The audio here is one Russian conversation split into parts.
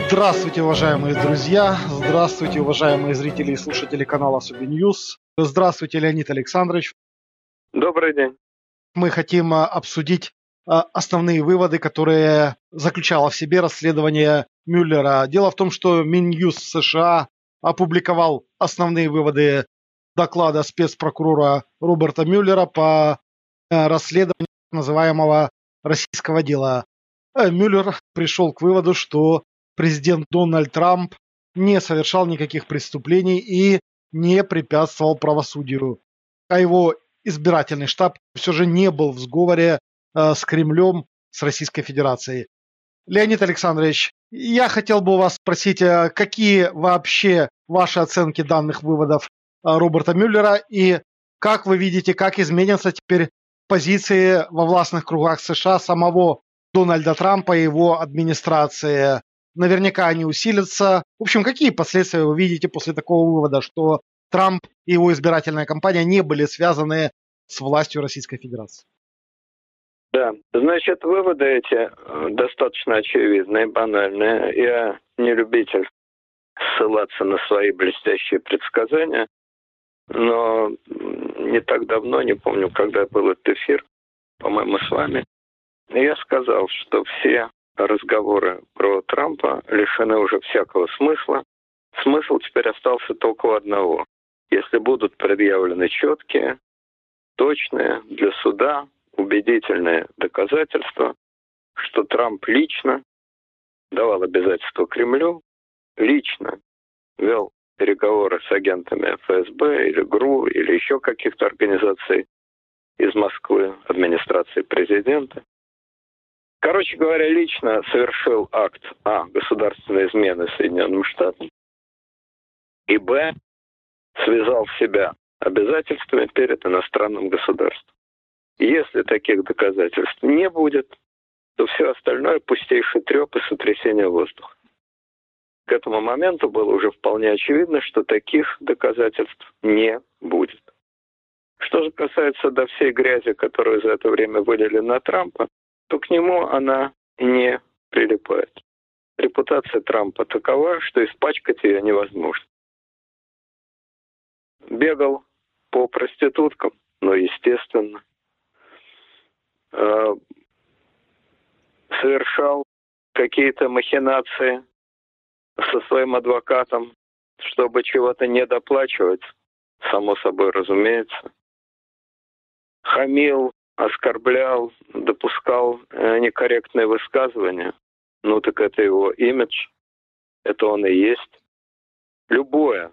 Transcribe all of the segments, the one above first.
Здравствуйте, уважаемые друзья! Здравствуйте, уважаемые зрители и слушатели канала Суби Ньюс! Здравствуйте, Леонид Александрович! Добрый день! Мы хотим обсудить основные выводы, которые заключало в себе расследование Мюллера. Дело в том, что Минюст США опубликовал основные выводы доклада спецпрокурора Роберта Мюллера по расследованию так называемого российского дела. Мюллер пришел к выводу, что президент Дональд Трамп не совершал никаких преступлений и не препятствовал правосудию. А его избирательный штаб все же не был в сговоре с Кремлем, с Российской Федерацией. Леонид Александрович, я хотел бы у вас спросить, какие вообще ваши оценки данных выводов Роберта Мюллера и как вы видите, как изменятся теперь позиции во властных кругах США самого Дональда Трампа и его администрации? Наверняка они усилятся. В общем, какие последствия вы видите после такого вывода, что Трамп и его избирательная кампания не были связаны с властью Российской Федерации? Да, значит, выводы эти достаточно очевидные, банальные. Я не любитель ссылаться на свои блестящие предсказания, но не так давно, не помню, когда был этот эфир, по-моему, с вами, я сказал, что все разговоры про Трампа лишены уже всякого смысла. Смысл теперь остался только у одного. Если будут предъявлены четкие, точные для суда, убедительные доказательства, что Трамп лично давал обязательства Кремлю, лично вел переговоры с агентами ФСБ или ГРУ или еще каких-то организаций из Москвы, администрации президента. Короче говоря, лично совершил акт государственной измены Соединенным Штатам, и связал себя обязательствами перед иностранным государством. Если таких доказательств не будет, то все остальное пустейший треп и сотрясение воздуха. К этому моменту было уже вполне очевидно, что таких доказательств не будет. Что же касается до всей грязи, которую за это время вылили на Трампа, то к нему она не прилипает. Репутация Трампа такова, что испачкать ее невозможно. Бегал по проституткам, естественно. Совершал какие-то махинации со своим адвокатом, чтобы чего-то не доплачивать, само собой разумеется. Хамил, оскорблял, допускал некорректные высказывания. Так это его имидж, это он и есть. Любое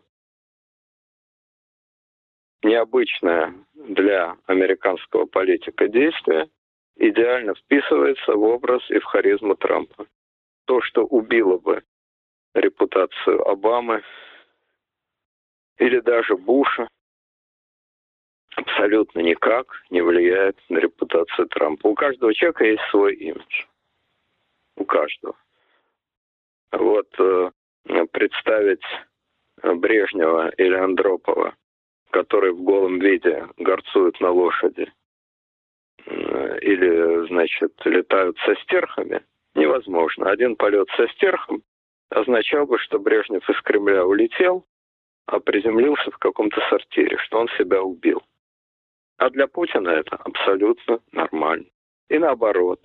необычное для американского политика действие идеально вписывается в образ и в харизму Трампа. То, что убило бы репутацию Обамы или даже Буша, абсолютно никак не влияет на репутацию Трампа. У каждого человека есть свой имидж. У каждого. Представить Брежнева или Андропова, которые в голом виде горцуют на лошади или, летают со стерхами, невозможно. Один полет со стерхом означал бы, что Брежнев из Кремля улетел, а приземлился в каком-то сортире, что он себя убил. А для Путина это абсолютно нормально. И наоборот.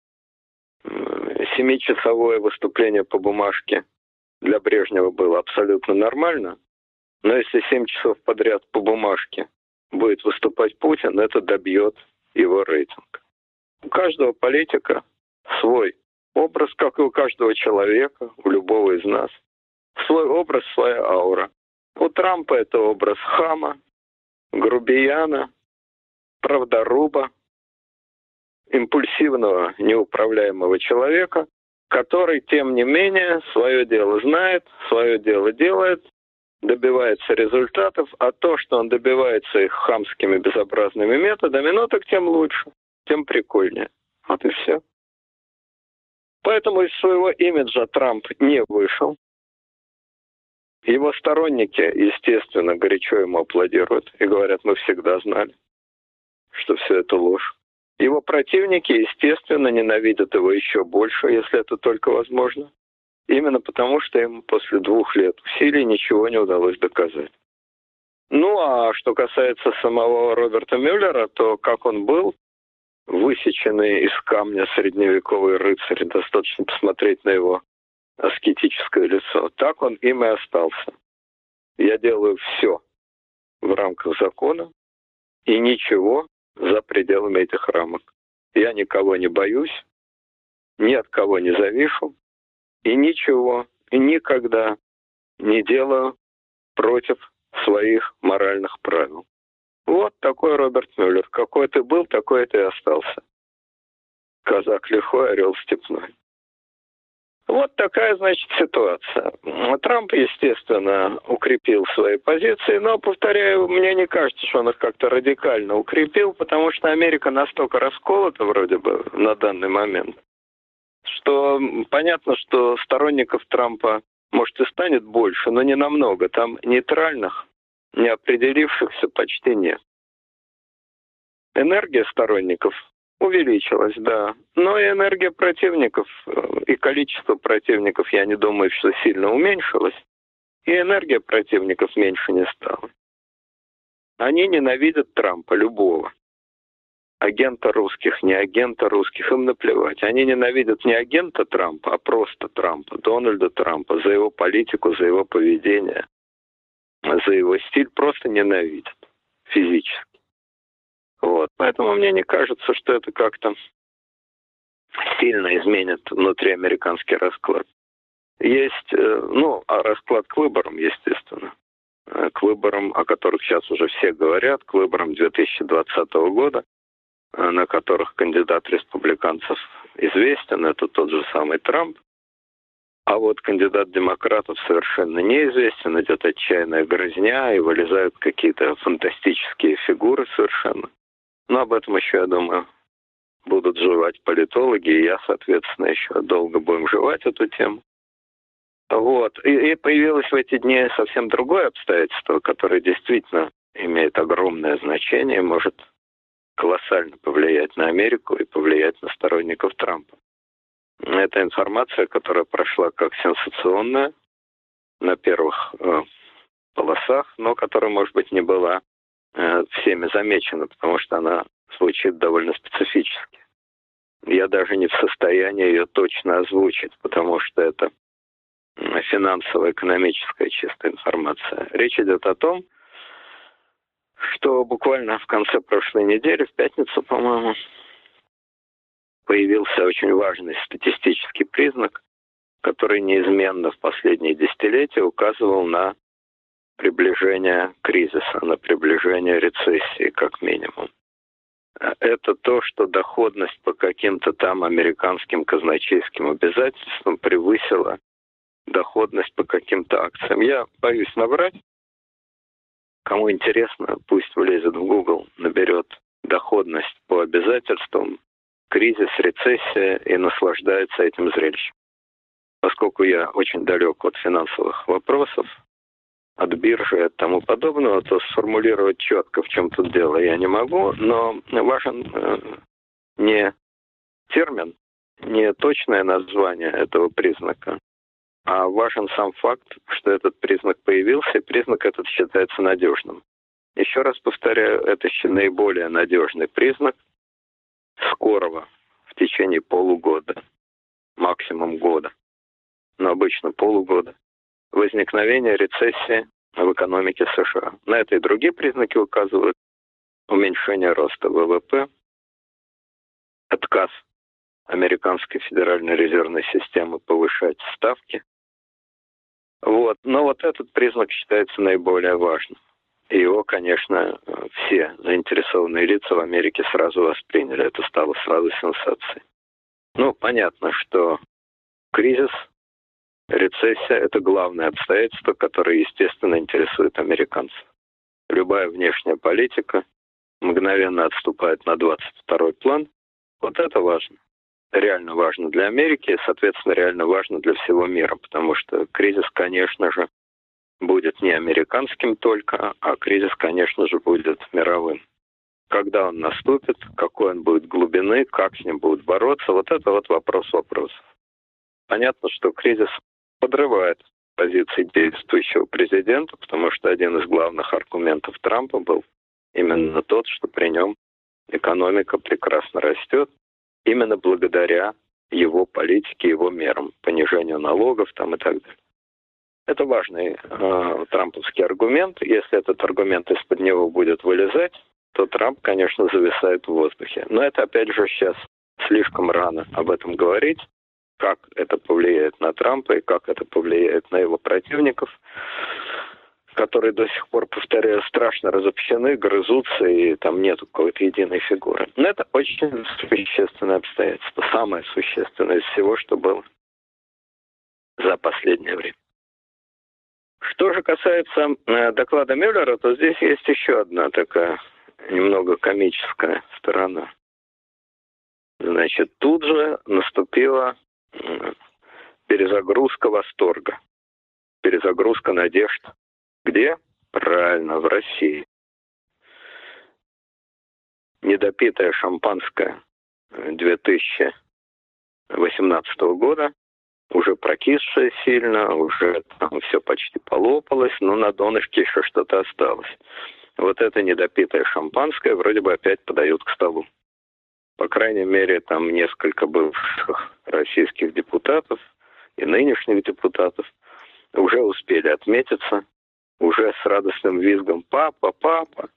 7-часовое выступление по бумажке для Брежнева было абсолютно нормально, но если 7 часов подряд по бумажке будет выступать Путин, это добьет его рейтинг. У каждого политика свой образ, как и у каждого человека, у любого из нас. Свой образ, своя аура. У Трампа это образ хама, грубияна, правдоруба, импульсивного, неуправляемого человека, который, тем не менее, свое дело знает, свое дело делает, добивается результатов, а то, что он добивается их хамскими, безобразными методами, так тем лучше, тем прикольнее. Вот и все. Поэтому из своего имиджа Трамп не вышел. Его сторонники, естественно, горячо ему аплодируют и говорят, мы всегда знали, что все это ложь. Его противники, естественно, ненавидят его еще больше, если это только возможно. Именно потому, что ему после 2 лет усилий ничего не удалось доказать. Ну, а что касается самого Роберта Мюллера, то как он был, высеченный из камня средневековый рыцарь, достаточно посмотреть на его аскетическое лицо, так он им и остался. Я делаю все в рамках закона и ничего за пределами этих рамок. Я никого не боюсь, ни от кого не завишу и ничего, и никогда не делаю против своих моральных правил. Вот такой Роберт Мюллер. Какой ты был, такой ты и остался. Казак лихой, орел степной. Вот такая, значит, ситуация. Трамп, естественно, укрепил свои позиции, но, повторяю, мне не кажется, что он их как-то радикально укрепил, потому что Америка настолько расколота вроде бы на данный момент, что понятно, что сторонников Трампа, может, и станет больше, но не намного. Там нейтральных, не определившихся почти нет. Энергия сторонников увеличилась, да. Но и энергия противников, и количество противников, я не думаю, что сильно уменьшилось. И энергия противников меньше не стала. Они ненавидят Трампа, любого. Агента русских, не агента русских, им наплевать. Они ненавидят не агента Трампа, а просто Трампа, Дональда Трампа, за его политику, за его поведение, за его стиль, просто ненавидят физически. Вот. Поэтому мне не кажется, что это как-то сильно изменит внутриамериканский расклад. Есть, расклад к выборам, естественно. К выборам, о которых сейчас уже все говорят, к выборам 2020 года, на которых кандидат республиканцев известен, это тот же самый Трамп. А вот кандидат демократов совершенно неизвестен, идет отчаянная грызня, и вылезают какие-то фантастические фигуры совершенно. Но об этом еще, я думаю, будут жевать политологи, и я, соответственно, еще долго будем жевать эту тему. Вот. И появилось в эти дни совсем другое обстоятельство, которое действительно имеет огромное значение, может колоссально повлиять на Америку и повлиять на сторонников Трампа. Это информация, которая прошла как сенсационная на первых полосах, но которая, может быть, не была всеми замечена, потому что она звучит довольно специфически. Я даже не в состоянии ее точно озвучить, потому что это финансово-экономическая чистая информация. Речь идет о том, что буквально в конце прошлой недели, в пятницу, по-моему, появился очень важный статистический признак, который неизменно в последние десятилетия указывал на приближение кризиса, на приближение рецессии, как минимум. Это то, что доходность по каким-то там американским казначейским обязательствам превысила доходность по каким-то акциям. Я боюсь наврать. Кому интересно, пусть влезет в Google, наберет доходность по обязательствам, кризис, рецессия и наслаждается этим зрелищем. Поскольку я очень далек от финансовых вопросов, от биржи и от тому подобного, то сформулировать четко, в чем тут дело, я не могу, но важен не термин, не точное название этого признака, а важен сам факт, что этот признак появился, и признак этот считается надежным. Еще раз повторяю, это еще наиболее надежный признак скорого, в течение полугода, максимум года, но обычно полугода, возникновения рецессии в экономике США. На это и другие признаки указывают: уменьшение роста ВВП, отказ американской федеральной резервной системы повышать ставки. Вот. Но вот этот признак считается наиболее важным. И его, конечно, все заинтересованные лица в Америке сразу восприняли. Это стало сразу сенсацией. Ну, понятно, что кризис, рецессия – это главное обстоятельство, которое, естественно, интересует американцев. Любая внешняя политика мгновенно отступает на 22-й план. Вот это важно. Реально важно для Америки и, соответственно, реально важно для всего мира, потому что кризис, конечно же, будет не американским только, а кризис, конечно же, будет мировым. Когда он наступит, какой он будет глубины, как с ним будут бороться, вот это вот вопрос вопросов. Понятно, что кризис подрывает позиции действующего президента, потому что один из главных аргументов Трампа был именно тот, что при нем экономика прекрасно растет, именно благодаря его политике, его мерам, понижению налогов там и так далее. Это важный трамповский аргумент. Если этот аргумент из-под него будет вылезать, то Трамп, конечно, зависает в воздухе. Но это, опять же, сейчас слишком рано об этом говорить, как это повлияет на Трампа и как это повлияет на его противников, которые до сих пор, повторяю, страшно разобщены, грызутся, и там нет какой-то единой фигуры. Но это очень существенное обстоятельство, самое существенное из всего, что было за последнее время. Что же касается доклада Мюллера, то здесь есть еще одна такая немного комическая сторона. Значит, тут же наступила перезагрузка восторга, перезагрузка надежд. Где? Правильно, в России. Недопитое шампанское 2018 года, уже прокисшее сильно, уже там все почти полопалось, но на донышке еще что-то осталось. Вот это недопитое шампанское вроде бы опять подают к столу. По крайней мере, там несколько бывших российских депутатов и нынешних депутатов уже успели отметиться, уже с радостным визгом: «Папа, папа,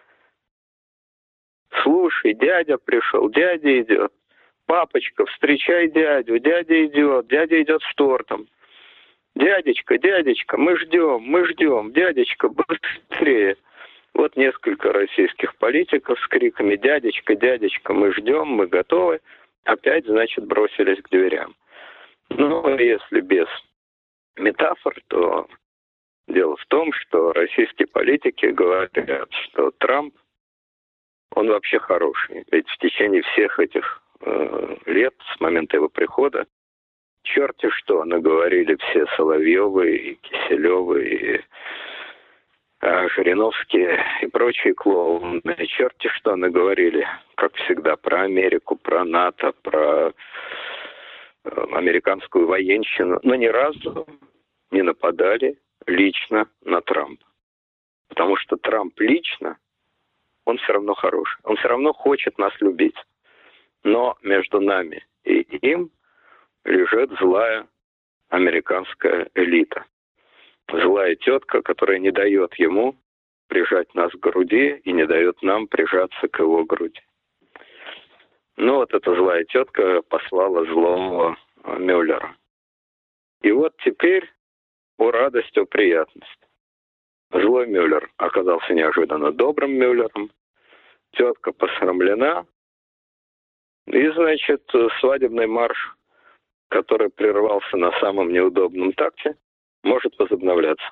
слушай, дядя пришел, дядя идет. Папочка, встречай дядю, дядя идет с тортом. Дядечка, дядечка, мы ждем, дядечка, быстрее». Вот несколько российских политиков с криками: «Дядечка, дядечка, мы ждем, мы готовы», опять, значит, бросились к дверям. Ну, если без метафор, то дело в том, что российские политики говорят, что Трамп, он вообще хороший. Ведь в течение всех этих лет, с момента его прихода, черти что наговорили все Соловьевы и Киселевы и Жириновские и прочие клоуны. Черти что наговорили, как всегда, про Америку, про НАТО, про американскую военщину, но ни разу не нападали лично на Трампа. Потому что Трамп лично, он все равно хороший. Он все равно хочет нас любить. Но между нами и им лежит злая американская элита. Злая тетка, которая не дает ему прижать нас к груди и не дает нам прижаться к его груди. Ну вот эта злая тетка послала злого Мюллера. И вот теперь, о радость, о приятность. Злой Мюллер оказался неожиданно добрым Мюллером. Тетка посрамлена. И, значит, свадебный марш, который прервался на самом неудобном такте, может возобновляться.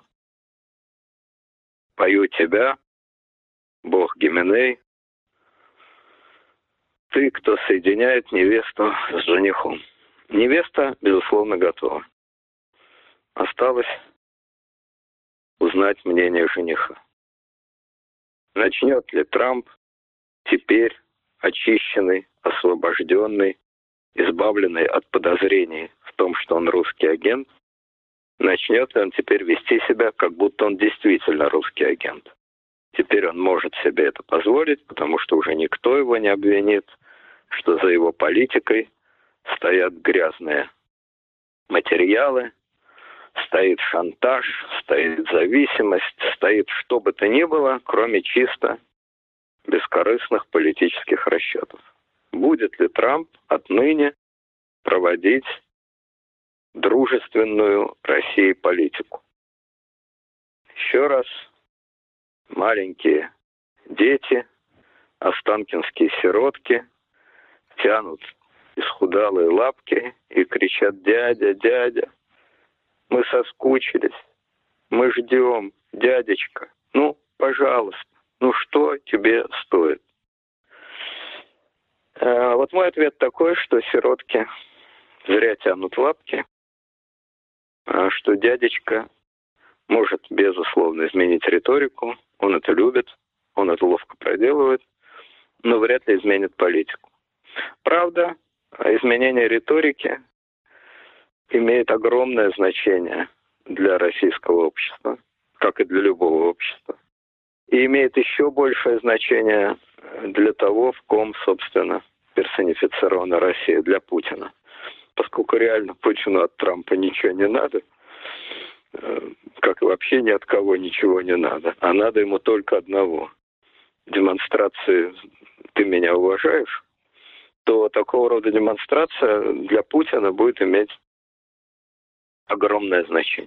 Пою тебя, бог Гименей, ты, кто соединяет невесту с женихом. Невеста, безусловно, готова. Осталось узнать мнение жениха. Начнет ли Трамп теперь очищенный, освобожденный, избавленный от подозрений в том, что он русский агент, начнет ли он теперь вести себя, как будто он действительно русский агент. Теперь он может себе это позволить, потому что уже никто его не обвинит, что за его политикой стоят грязные материалы, стоит шантаж, стоит зависимость, стоит что бы то ни было, кроме чисто бескорыстных политических расчетов. Будет ли Трамп отныне проводить дружественную России политику? Еще раз, маленькие дети, останкинские сиротки тянут исхудалые лапки и кричат: «Дядя, дядя, мы соскучились, мы ждем, дядечка, ну, пожалуйста, ну что тебе стоит?» Вот мой ответ такой, что сиротки зря тянут лапки, что дядечка может, безусловно, изменить риторику, он это любит, он это ловко проделывает, но вряд ли изменит политику. Правда, изменение риторики имеет огромное значение для российского общества, как и для любого общества. И имеет еще большее значение для того, в ком, собственно, персонифицирована Россия, для Путина. Поскольку реально Путину от Трампа ничего не надо, как и вообще ни от кого ничего не надо, а надо ему только одного. Демонстрации «ты меня уважаешь», то такого рода демонстрация для Путина будет иметь огромное значение.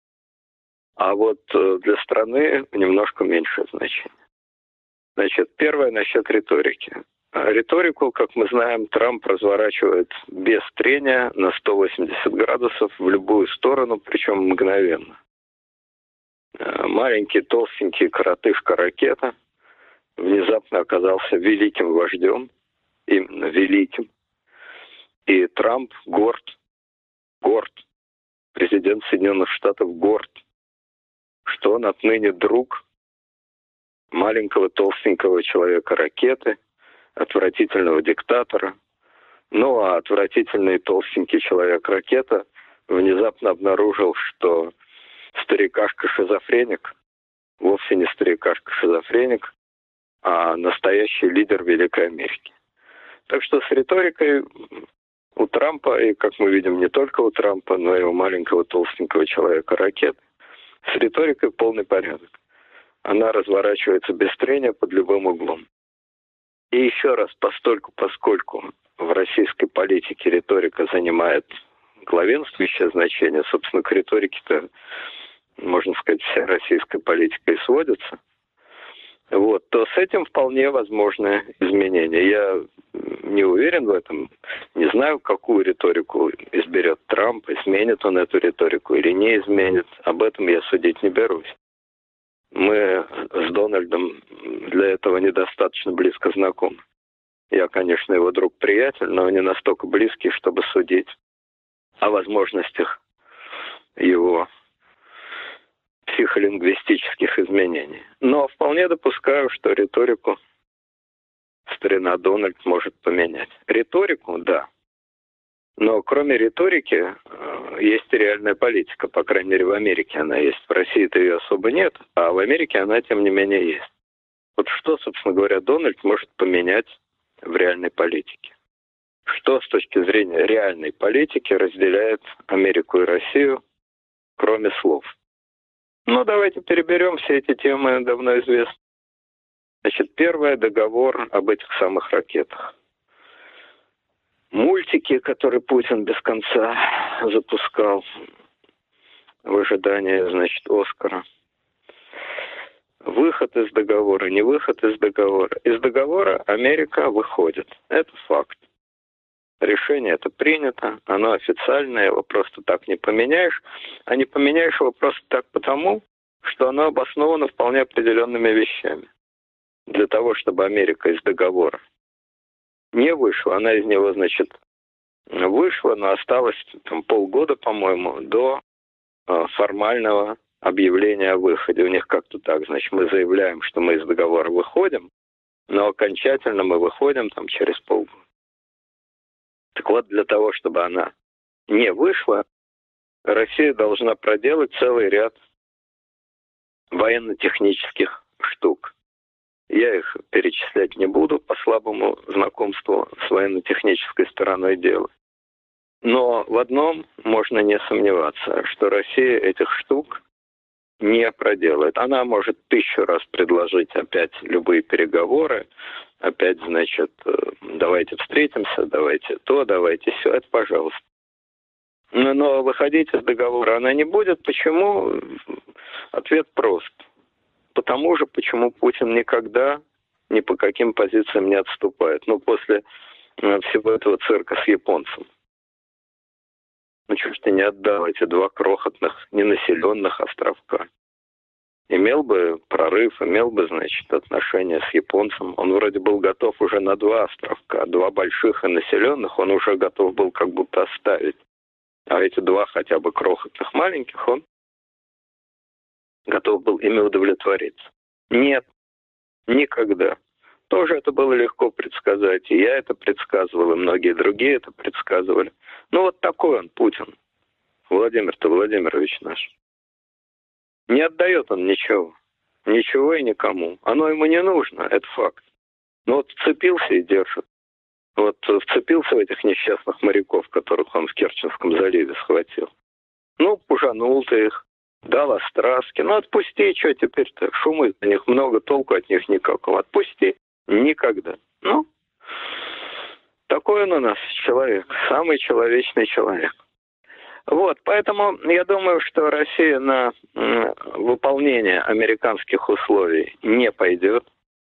А вот для страны немножко меньшее значение. Значит, первое насчет риторики. Риторику, как мы знаем, Трамп разворачивает без трения на 180 градусов в любую сторону, причем мгновенно. Маленький, толстенький коротышка-ракета внезапно оказался великим вождем, именно великим. И Трамп горд, президент Соединенных Штатов горд, что он отныне друг маленького толстенького человека-ракеты, отвратительного диктатора. Ну, а отвратительный толстенький человек-ракета внезапно обнаружил, что старикашка-шизофреник вовсе не старикашка-шизофреник, а настоящий лидер Великой Америки. Так что с риторикой у Трампа, и, как мы видим, не только у Трампа, но и у маленького толстенького человека-ракеты, с риторикой полный порядок. Она разворачивается без трения под любым углом. И еще раз, поскольку в российской политике риторика занимает главенствующее значение, собственно, к риторике-то, можно сказать, вся российская политика и сводится, вот, то с этим вполне возможны изменения. Я не уверен в этом, не знаю, какую риторику изберет Трамп, изменит он эту риторику или не изменит. Об этом я судить не берусь. Мы с Дональдом для этого недостаточно близко знакомы. Я, конечно, его друг-приятель, но не настолько близкий, чтобы судить о возможностях его психолингвистических изменений. Но вполне допускаю, что риторику старина Дональд может поменять. Риторику, да. Но кроме риторики есть и реальная политика. По крайней мере, в Америке она есть. В России-то ее особо нет, а в Америке она, тем не менее, есть. Вот что, собственно говоря, Дональд может поменять в реальной политике? Что с точки зрения реальной политики разделяет Америку и Россию, кроме слов? Ну, давайте переберем все эти темы, давно известны. Значит, первое — договор об этих самых ракетах. Мультики, которые Путин без конца запускал в ожидании, значит, Оскара. Выход из договора, не выход из договора. Из договора Америка выходит. Это факт. Решение это принято, оно официальное, его просто так не поменяешь. А не поменяешь его просто так потому, что оно обосновано вполне определенными вещами. Для того, чтобы Америка из договора не вышла, она из него, значит, вышла, но осталось там полгода, по-моему, до формального объявления о выходе. У них как-то так, значит, мы заявляем, что мы из договора выходим, но окончательно мы выходим там через полгода. Так вот, для того, чтобы она не вышла, Россия должна проделать целый ряд военно-технических штук. Я их перечислять не буду по слабому знакомству с военно-технической стороной дела. Но в одном можно не сомневаться, что Россия этих штук не проделает. Она может 1000 раз предложить опять любые переговоры, опять, значит, давайте встретимся, давайте то, давайте сё, это пожалуйста. Но выходить из договора она не будет. Почему? Ответ прост. Потому же, почему Путин никогда ни по каким позициям не отступает. Ну, после всего этого цирка с японцем. Ну, чего ж ты не отдал эти 2 крохотных, ненаселенных островка? Имел бы прорыв, имел бы, значит, отношения с японцем. Он вроде был готов уже на 2 островка. 2 больших и населенных он уже готов был как будто оставить. А эти 2 хотя бы крохотных маленьких он готов был ими удовлетвориться. Нет, никогда. Тоже это было легко предсказать. И я это предсказывал, и многие другие это предсказывали. Ну вот такой он, Путин. Владимир-то Владимирович наш. Не отдает он ничего. Ничего и никому. Оно ему не нужно, это факт. Но вот вцепился и держит. Вот вцепился в этих несчастных моряков, которых он в Керченском заливе схватил. Ну, пужанул ты их, дал остраски. Ну, отпусти, что теперь-то? Шумы на них много, толку от них никакого. Отпусти. Никогда. Ну, такой он у нас человек. Самый человечный человек. Вот, поэтому я думаю, что Россия на выполнение американских условий не пойдет.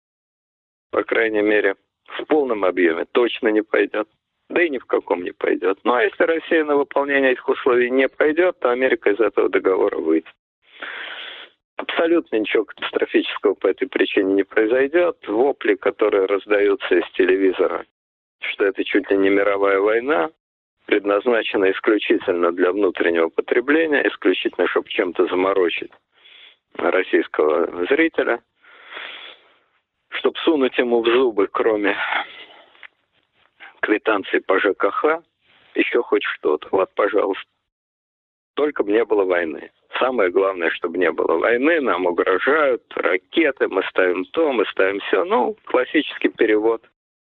По крайней мере, в полном объеме точно не пойдет. Да и ни в каком не пойдет. Ну, а если Россия на выполнение этих условий не пойдет, то Америка из этого договора выйдет. Абсолютно ничего катастрофического по этой причине не произойдет. Вопли, которые раздаются из телевизора, что это чуть ли не мировая война, предназначена исключительно для внутреннего потребления, исключительно, чтобы чем-то заморочить российского зрителя, чтобы сунуть ему в зубы, кроме квитанции по ЖКХ, еще хоть что-то. Вот, пожалуйста. Только бы не было войны. Самое главное, чтобы не было войны. Нам угрожают ракеты, мы ставим то, мы ставим все. Ну, классический перевод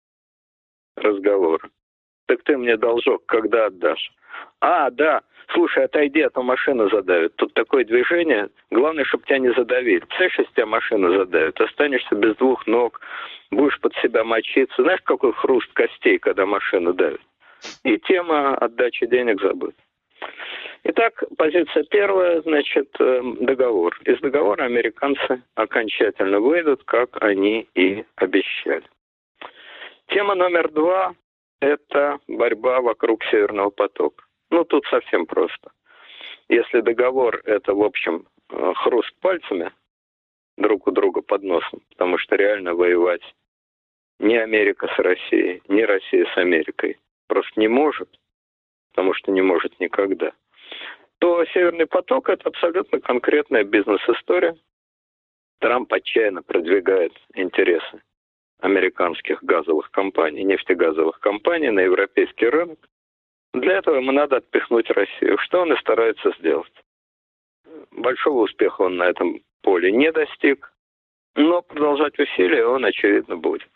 разговора. Так ты мне должок когда отдашь? А, да. Слушай, отойди, а то машина задавит. Тут такое движение. Главное, чтобы тебя не задавили. Представляешь, если тебя машина задавит, останешься без двух ног, будешь под себя мочиться. Знаешь, какой хруст костей, когда машина давит? И тема отдачи денег забыта. Итак, позиция первая, значит, договор. Из договора американцы окончательно выйдут, как они и обещали. Тема номер 2 – это борьба вокруг Северного потока. Ну, тут совсем просто. Если договор – это, в общем, хруст пальцами друг у друга под носом, потому что реально воевать ни Америка с Россией, ни Россия с Америкой просто не может, потому что не может никогда, то Северный поток – это абсолютно конкретная бизнес-история. Трамп отчаянно продвигает интересы американских газовых компаний, нефтегазовых компаний на европейский рынок. Для этого ему надо отпихнуть Россию, что он и старается сделать. Большого успеха он на этом поле не достиг, но продолжать усилия он, очевидно, будет.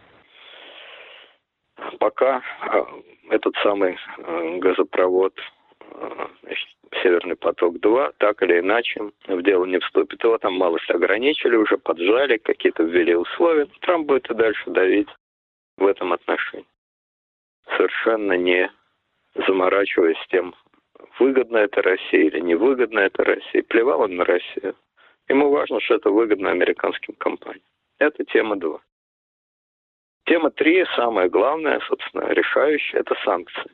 Пока этот самый газопровод, значит, Северный поток-2, так или иначе в дело не вступит. Его там малость ограничили, уже поджали, какие-то ввели условия. Трамп будет и дальше давить в этом отношении. Совершенно не заморачиваясь тем, выгодно это России или невыгодно это России. Плевал он на Россию. Ему важно, что это выгодно американским компаниям. Это тема 2. Тема 3, самая главная, собственно, решающая, это санкции.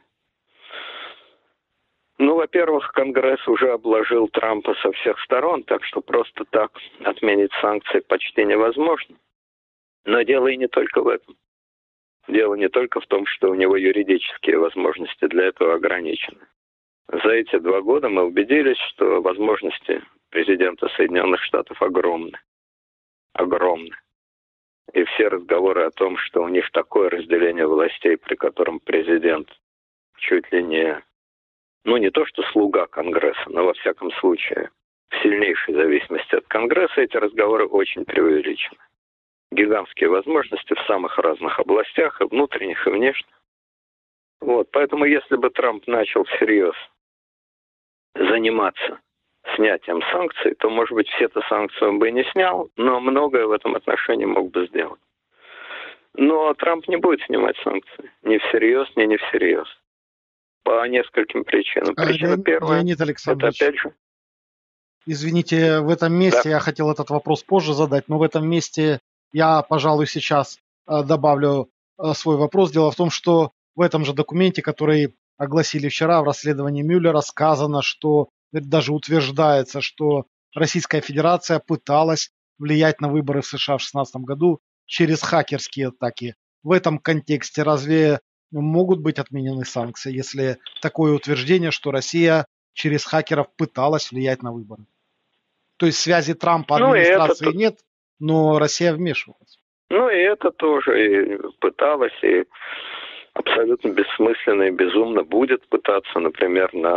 Ну, во-первых, Конгресс уже обложил Трампа со всех сторон, так что просто так отменить санкции почти невозможно. Но дело и не только в этом. Дело не только в том, что у него юридические возможности для этого ограничены. За эти 2 года мы убедились, что возможности президента Соединенных Штатов огромны. Огромны. И все разговоры о том, что у них такое разделение властей, при котором президент чуть ли не, ну не то что слуга Конгресса, но во всяком случае в сильнейшей зависимости от Конгресса, эти разговоры очень преувеличены. Гигантские возможности в самых разных областях, и внутренних, и внешних. Вот, поэтому если бы Трамп начал всерьез заниматься снятием санкций, то, может быть, все-то санкции он бы и не снял, но многое в этом отношении мог бы сделать. Но Трамп не будет снимать санкции. Ни всерьез, ни не всерьез. По нескольким причинам. Причина первая, Леонид Александрович, это опять же... Извините, в этом месте Да. я хотел этот вопрос позже задать, но в этом месте я, пожалуй, сейчас добавлю свой вопрос. Дело в том, что в этом же документе, который огласили вчера в расследовании Мюллера, сказано, что даже утверждается, что Российская Федерация пыталась влиять на выборы в США в 2016 году через хакерские атаки. В этом контексте разве могут быть отменены санкции, если такое утверждение, что Россия через хакеров пыталась влиять на выборы? То есть связи Трампа администрации нет, но Россия вмешивалась. Ну и это тоже и пыталась, и абсолютно бессмысленно и безумно будет пытаться, например, на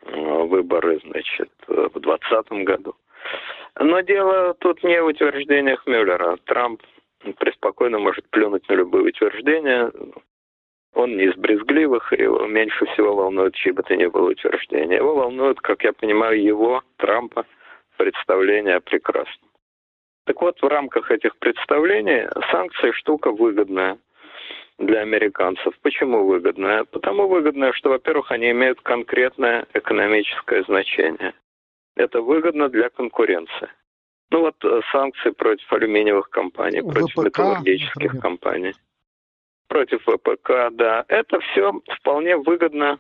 выборы, значит, в 2020 году. Но дело тут не в утверждениях Мюллера. Трамп преспокойно может плюнуть на любые утверждения. Он не из брезгливых, и его меньше всего волнует, чьи бы то ни было утверждения. Его волнует, как я понимаю, его, Трампа, представление о прекрасном. Так вот, в рамках этих представлений санкции штука выгодная для американцев. Почему выгодная? Потому выгодная, что, во-первых, они имеют конкретное экономическое значение. Это выгодно для конкуренции. Ну вот санкции против алюминиевых компаний, против ВПК, металлургических например. компаний, против ВПК, да. Это все вполне выгодно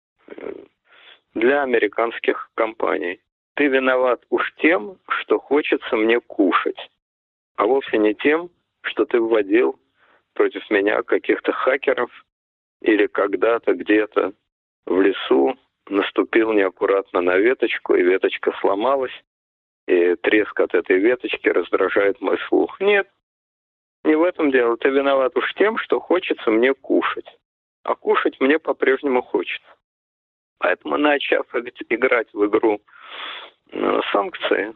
для американских компаний. Ты виноват уж тем, что хочется мне кушать, а вовсе не тем, что ты вводил против меня каких-то хакеров или когда-то где-то в лесу наступил неаккуратно на веточку, и веточка сломалась, и треск от этой веточки раздражает мой слух. Нет, не в этом дело. Ты виноват уж тем, что хочется мне кушать. А кушать мне по-прежнему хочется. Поэтому, начав играть в игру санкции,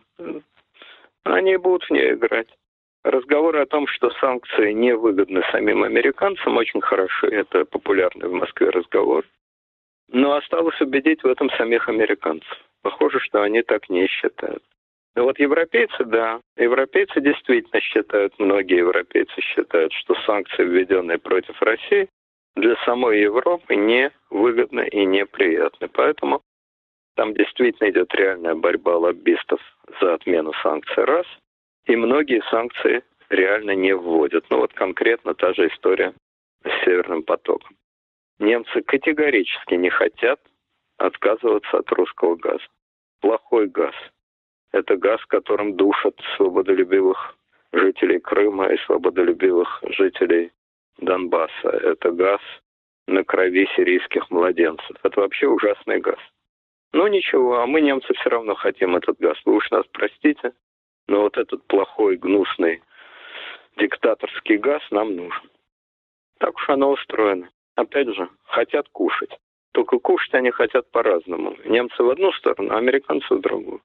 они будут в нее играть. Разговоры о том, что санкции не выгодны самим американцам, очень хороши. Это популярный в Москве разговор. Но осталось убедить в этом самих американцев. Похоже, что они так не считают. Но вот европейцы, да. Европейцы действительно считают, многие европейцы считают, что санкции, введенные против России, для самой Европы не выгодны и неприятны. Поэтому там действительно идет реальная борьба лоббистов за отмену санкций раз. И многие санкции реально не вводят. Ну вот конкретно та же история с Северным потоком. Немцы категорически не хотят отказываться от русского газа. Плохой газ. Это газ, которым душат свободолюбивых жителей Крыма и свободолюбивых жителей Донбасса. Это газ на крови сирийских младенцев. Это вообще ужасный газ. Ну ничего, а мы, немцы, все равно хотим этот газ. Вы уж нас простите, но вот этот плохой, гнусный, диктаторский газ нам нужен. Так уж оно устроено. Опять же, хотят кушать. Только кушать они хотят по-разному. Немцы в одну сторону, а американцы в другую.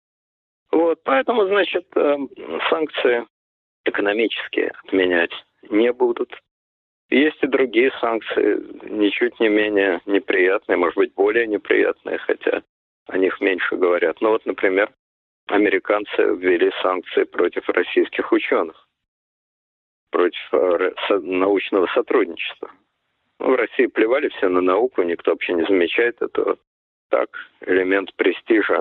Вот, поэтому, значит, санкции экономические отменять не будут. Есть и другие санкции, ничуть не менее неприятные, может быть, более неприятные, хотя о них меньше говорят. Ну вот, например, американцы ввели санкции против российских ученых, против научного сотрудничества. Ну, в России плевали все на науку, никто вообще не замечает этого. Так, элемент престижа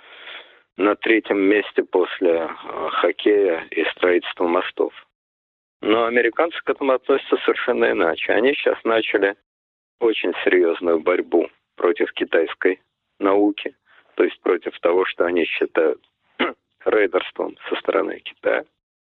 на третьем месте после хоккея и строительства мостов. Но американцы к этому относятся совершенно иначе. Они сейчас начали очень серьезную борьбу против китайской науки, то есть против того, что они считают рейдерством со стороны Китая.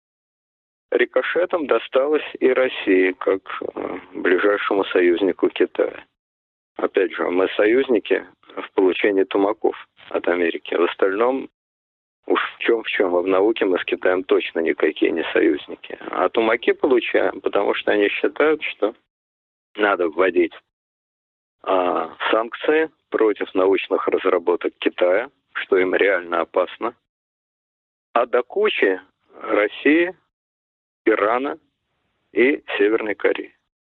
Рикошетом досталось и России, как ближайшему союзнику Китая. Опять же, мы союзники в получении тумаков от Америки. В остальном, уж в чем, а в науке мы с Китаем точно никакие не союзники. А тумаки получаем, потому что они считают, что надо вводить санкции против научных разработок Китая, что им реально опасно. А до кучи России, Ирана и Северной Кореи.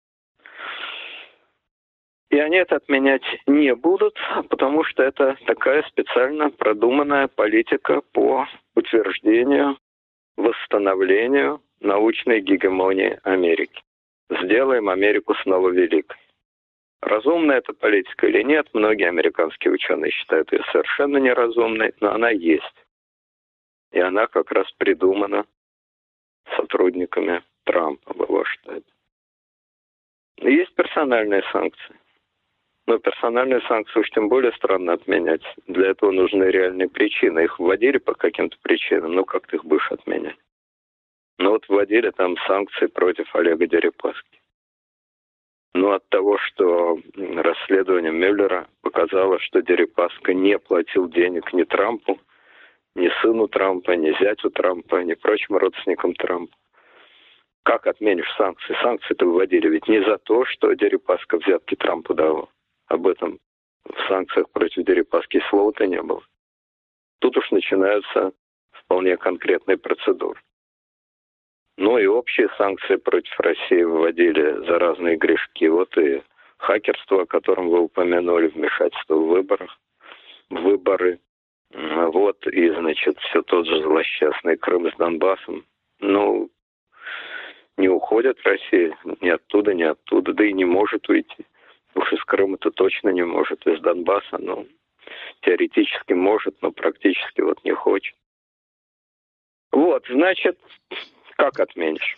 И они это отменять не будут, потому что это такая специально продуманная политика по утверждению, восстановлению научной гегемонии Америки. Сделаем Америку снова великой. Разумная эта политика или нет, многие американские ученые считают ее совершенно неразумной, но она есть. И она как раз придумана сотрудниками Трампа в его штабе. Есть персональные санкции. Но персональные санкции уж тем более странно отменять. Для этого нужны реальные причины. Их вводили по каким-то причинам, но как ты их будешь отменять? Ну вот вводили там санкции против Олега Дерипаски. Но от того, что расследование Мюллера показало, что Дерипаска не платил денег ни Трампу, ни сыну Трампа, ни зятю Трампа, ни прочим родственникам Трампа. Как отменишь санкции? Санкции-то выводили ведь не за то, что Дерипаска взятки Трампу давал. Об этом в санкциях против Дерипаски слова-то не было. Тут уж начинаются вполне конкретные процедуры. Ну и общие санкции против России вводили за разные грешки. Вот и хакерство, о котором вы упомянули, вмешательство в выборы. Вот и, значит, все тот же злосчастный Крым с Донбассом. Ну, не уходит Россия ни оттуда, да и не может уйти. Уж из Крыма-то точно не может, из Донбасса, ну, теоретически может, но практически вот не хочет. Вот, значит, как отменишь?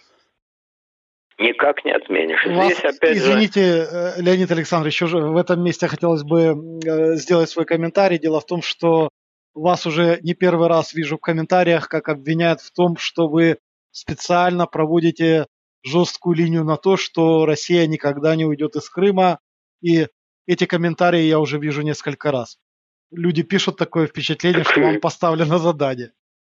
Никак не отменишь. Здесь, опять извините, Леонид Александрович, еще в этом месте хотелось бы сделать свой комментарий. Дело в том, что вас уже не первый раз вижу в комментариях, как обвиняют в том, что вы специально проводите жесткую линию на то, что Россия никогда не уйдет из Крыма. И эти комментарии я уже вижу несколько раз. Люди пишут такое впечатление, что вам поставлено задание.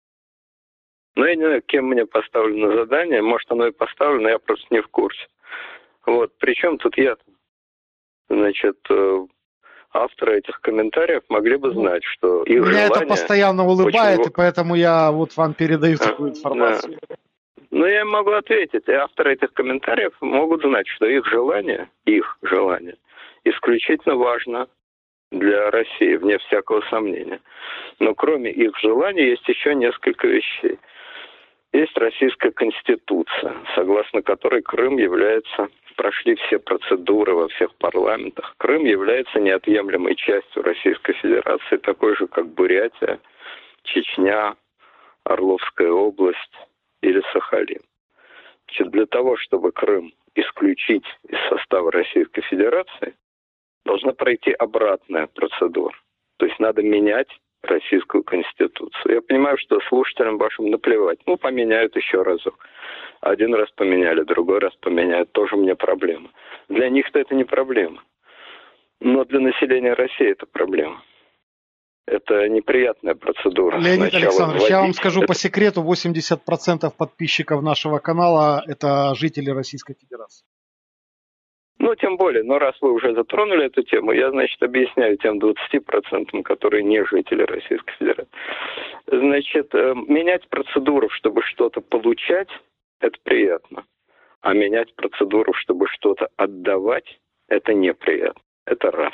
Ну, я не знаю, кем мне поставлено задание. Может, оно и поставлено, я просто не в курсе. Вот. Причем тут я-то? Значит, авторы этих комментариев могли бы знать, что их меня желание... это постоянно улыбает, и поэтому я вот вам передаю такую информацию. Да. Ну, я могу ответить. И авторы этих комментариев могут знать, что их желание исключительно важно для России, вне всякого сомнения. Но кроме их желания есть еще несколько вещей. Есть Российская Конституция, согласно которой Крым прошли все процедуры во всех парламентах. Крым является неотъемлемой частью Российской Федерации, такой же, как Бурятия, Чечня, Орловская область или Сахалин. Значит, для того, чтобы Крым исключить из состава Российской Федерации, должна пройти обратная процедура. То есть надо менять Российскую Конституцию. Я понимаю, что слушателям вашим наплевать. Ну, поменяют еще разок. Один раз поменяли, другой раз поменяют. Тоже мне проблема. Для них-то это не проблема. Но для населения России это проблема. Это неприятная процедура. Леонид Александрович, я вам скажу по секрету, 80% подписчиков нашего канала – это жители Российской Федерации. Ну, тем более, но раз вы уже затронули эту тему, я, значит, объясняю тем 20%, которые не жители Российской Федерации. Значит, менять процедуру, чтобы что-то получать, это приятно. А менять процедуру, чтобы что-то отдавать, это неприятно. Это раз.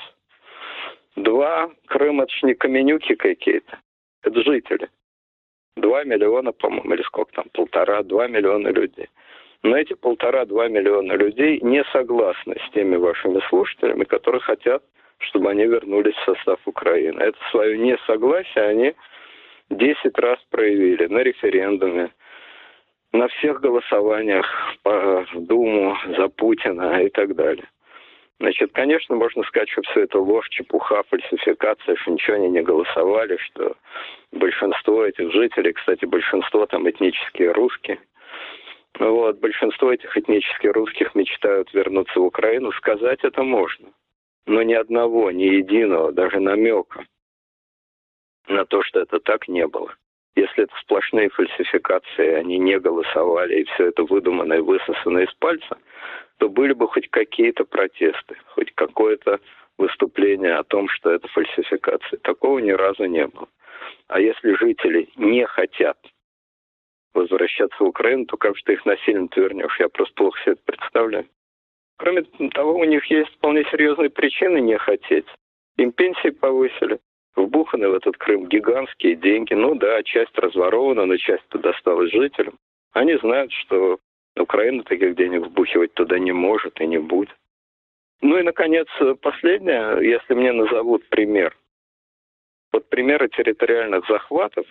Два, Крым, это ж не каменюки какие-то, это жители. 2 миллиона, по-моему, или сколько там, 1,5-2 миллиона людей. Но эти 1,5-2 миллиона людей не согласны с теми вашими слушателями, которые хотят, чтобы они вернулись в состав Украины. Это свое несогласие они 10 раз проявили на референдуме, на всех голосованиях в Думу за Путина и так далее. Значит, конечно, можно сказать, что все это ложь, чепуха, фальсификация, что ничего они не голосовали, что большинство этих жителей, кстати, большинство там этнические русские, вот, большинство этих этнических русских мечтают вернуться в Украину, сказать это можно. Но ни одного, ни единого, даже намека на то, что это так, не было. Если это сплошные фальсификации, они не голосовали, и все это выдумано и высосано из пальца, то были бы хоть какие-то протесты, хоть какое-то выступление о том, что это фальсификация. Такого ни разу не было. А если жители не хотят возвращаться в Украину, то как же ты их насильно вернешь? Я просто плохо себе это представляю. Кроме того, у них есть вполне серьезные причины не хотеть. Им пенсии повысили. Вбуханы в этот Крым гигантские деньги. Ну да, часть разворована, но часть-то досталась жителям. Они знают, что Украина таких денег вбухивать туда не может и не будет. Ну и, наконец, последнее, если мне назовут пример. Вот примеры территориальных захватов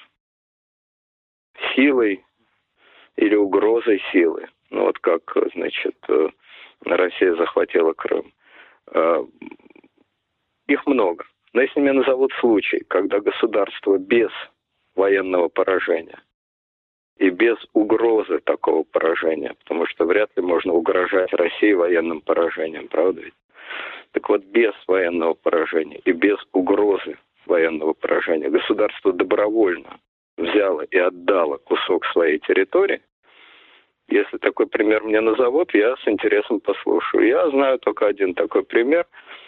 силой или угрозой силы. Ну вот как, значит, Россия захватила Крым. Их много. Но если мне назовут случай, когда государство без военного поражения и без угрозы такого поражения, потому что вряд ли можно угрожать России военным поражением, правда ведь? Так вот, без военного поражения и без угрозы военного поражения государство добровольно взяло и отдало кусок своей территории. Если такой пример мне назовут, я с интересом послушаю. Я знаю только один такой пример.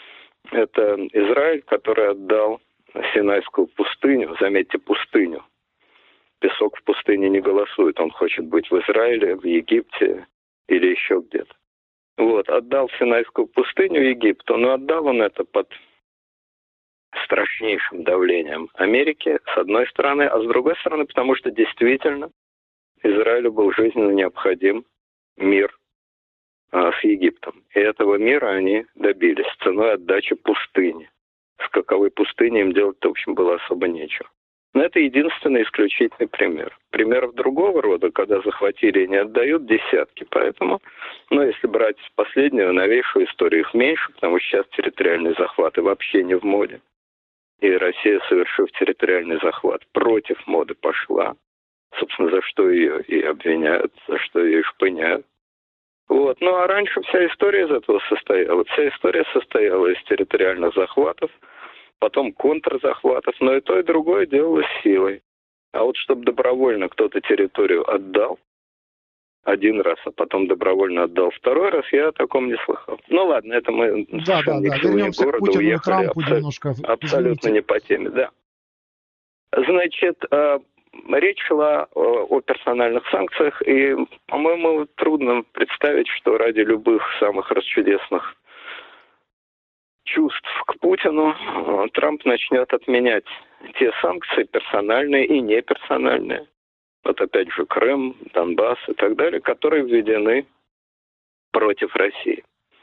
Это Израиль, который отдал Синайскую пустыню, заметьте, пустыню. Песок в пустыне не голосует, он хочет быть в Израиле, в Египте или еще где-то. Вот, отдал Синайскую пустыню Египту, но отдал он это под страшнейшим давлением Америки, с одной стороны, а с другой стороны, потому что действительно Израилю был жизненно необходим мир с Египтом. И этого мира они добились ценой отдачи пустыни. С каковой пустыней им делать-то, в общем, было особо нечего. Но это единственный исключительный пример. Примеров другого рода, когда захватили и не отдают, десятки. Поэтому, если брать последнюю, новейшую историю, их меньше, потому что сейчас территориальные захваты вообще не в моде. И Россия, совершив территориальный захват, против моды пошла. Собственно, за что ее и обвиняют, за что ее и шпыняют. Вот. Ну а раньше вся история из этого состояла. Вся история состояла из территориальных захватов, потом контрзахватов, но и то, и другое делалось силой. А вот чтобы добровольно кто-то территорию отдал один раз, а потом добровольно отдал второй раз, я о таком не слыхал. Ну ладно, это мы совершенно ни к селу, ни к городу Путину и уехали Трампу немножко. абсолютно не по теме, да. Значит, речь шла о персональных санкциях, и, по-моему, трудно представить, что ради любых самых расчудесных чувств к Путину Трамп начнет отменять те санкции персональные и неперсональные. Вот опять же Крым, Донбасс и так далее, которые введены против России.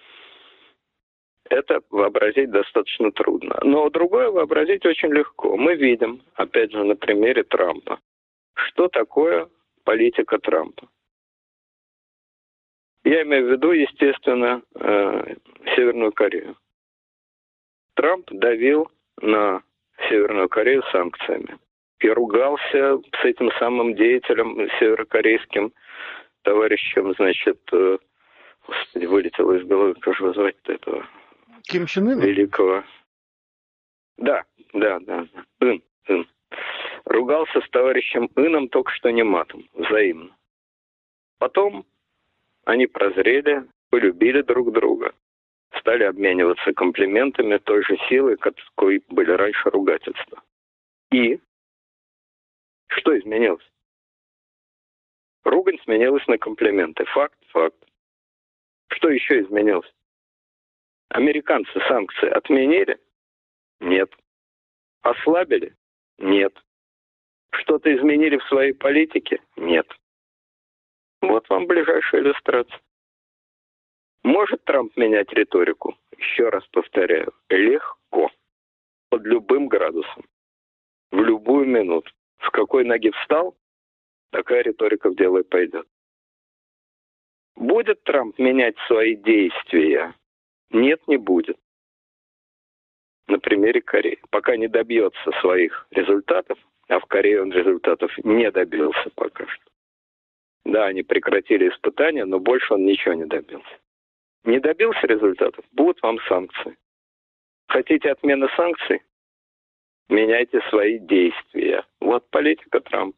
Это вообразить достаточно трудно. Но другое вообразить очень легко. Мы видим, опять же, на примере Трампа, что такое политика Трампа. Я имею в виду, естественно, Северную Корею. Трамп давил на Северную Корею санкциями и ругался с этим самым деятелем северокорейским, товарищем, значит, господи, вылетело из головы, как же звать-то этого Ким Чен Ына? великого. Да. Ын. Ругался с товарищем Ыном, только что не матом, взаимно. Потом они прозрели, полюбили друг друга, стали обмениваться комплиментами той же силы, какой были раньше ругательства. И что изменилось? Ругань сменилась на комплименты. Факт. Что еще изменилось? Американцы санкции отменили? Нет. Ослабили? Нет. Что-то изменили в своей политике? Нет. Вот вам ближайшая иллюстрация. Может Трамп менять риторику? Еще раз повторяю, легко. Под любым градусом. В любую минуту. С какой ноги встал, такая риторика в дело и пойдет. Будет Трамп менять свои действия? Нет, не будет. На примере Кореи. Пока не добьется своих результатов, а в Корее он результатов не добился пока что. Да, они прекратили испытания, но больше он ничего не добился. Не добился результатов? Будут вам санкции. Хотите отмены санкций? Меняйте свои действия. Вот политика Трампа.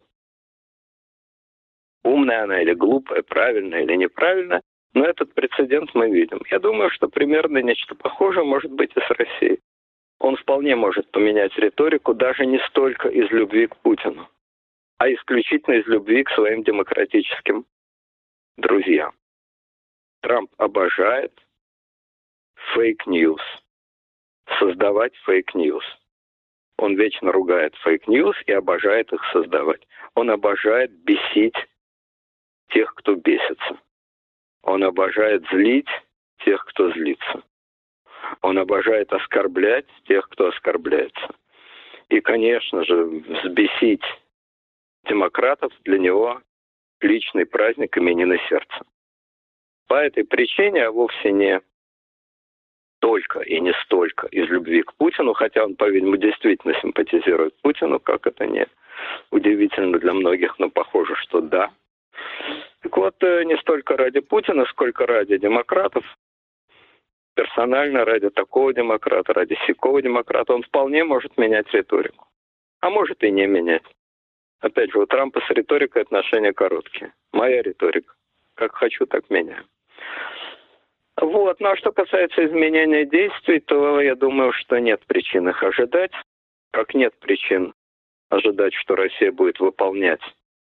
Умная она или глупая, правильная или неправильная, но этот прецедент мы видим. Я думаю, что примерно нечто похожее может быть и с Россией. Он вполне может поменять риторику даже не столько из любви к Путину, а исключительно из любви к своим демократическим друзьям. Трамп обожает фейк-ньюс, создавать фейк-ньюс. Он вечно ругает фейк-ньюс и обожает их создавать. Он обожает бесить тех, кто бесится. Он обожает злить тех, кто злится. Он обожает оскорблять тех, кто оскорбляется. И, конечно же, взбесить демократов для него личный праздник именины сердца. По этой причине, а вовсе не только и не столько из любви к Путину, хотя он, по-видимому, действительно симпатизирует Путину, как это не удивительно для многих, но похоже, что да. Так вот, не столько ради Путина, сколько ради демократов, персонально ради такого демократа, ради сякого демократа, он вполне может менять риторику. А может и не менять. Опять же, у Трампа с риторикой отношения короткие. Моя риторика. Как хочу, так меняю. Вот. Ну а что касается изменения действий, то я думаю, что нет причин их ожидать. Как нет причин ожидать, что Россия будет выполнять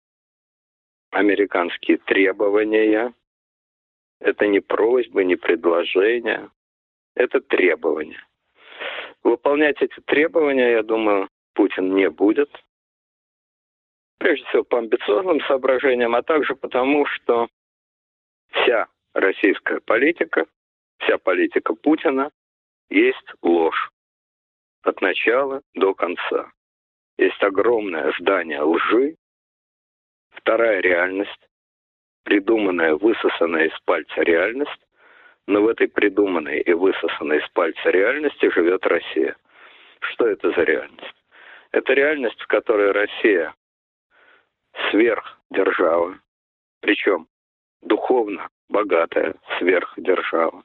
американские требования. Это не просьбы, не предложения. Это требования. Выполнять эти требования, я думаю, Путин не будет. Прежде всего по амбициозным соображениям, а также потому, что вся российская политика, вся политика Путина есть ложь. От начала до конца. Есть огромное здание лжи, вторая реальность, придуманная, высосанная из пальца реальность, но в этой придуманной и высосанной из пальца реальности живет Россия. Что это за реальность? Это реальность, в которой Россия сверхдержава, причем духовно богатая сверхдержава.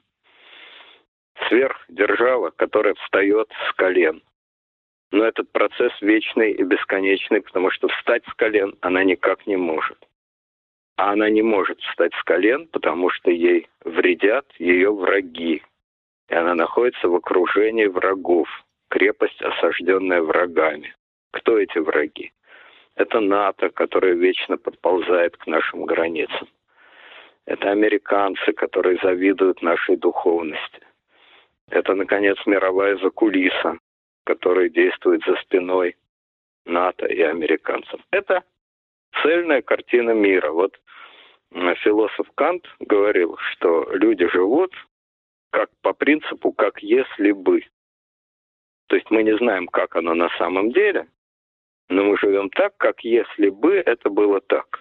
Сверхдержава, которая встает с колен. Но этот процесс вечный и бесконечный, потому что встать с колен она никак не может. А она не может встать с колен, потому что ей вредят ее враги. И она находится в окружении врагов. Крепость, осажденная врагами. Кто эти враги? Это НАТО, которое вечно подползает к нашим границам. Это американцы, которые завидуют нашей духовности. Это, наконец, мировая закулиса, которая действует за спиной НАТО и американцев. Это цельная картина мира. Вот философ Кант говорил, что люди живут как по принципу «как если бы». То есть мы не знаем, как оно на самом деле, но мы живем так, как если бы это было так.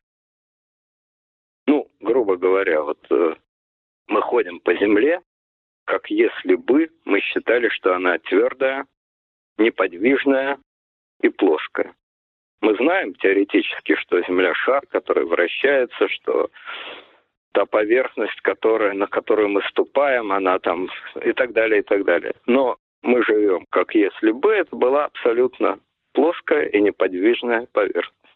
Ну, грубо говоря, вот мы ходим по земле, как если бы мы считали, что она твердая, неподвижная и плоская. Мы знаем теоретически, что Земля шар, который вращается, что та поверхность, на которую мы ступаем, она там и так далее, и так далее. Но мы живем, как если бы это была абсолютно плоская и неподвижная поверхность.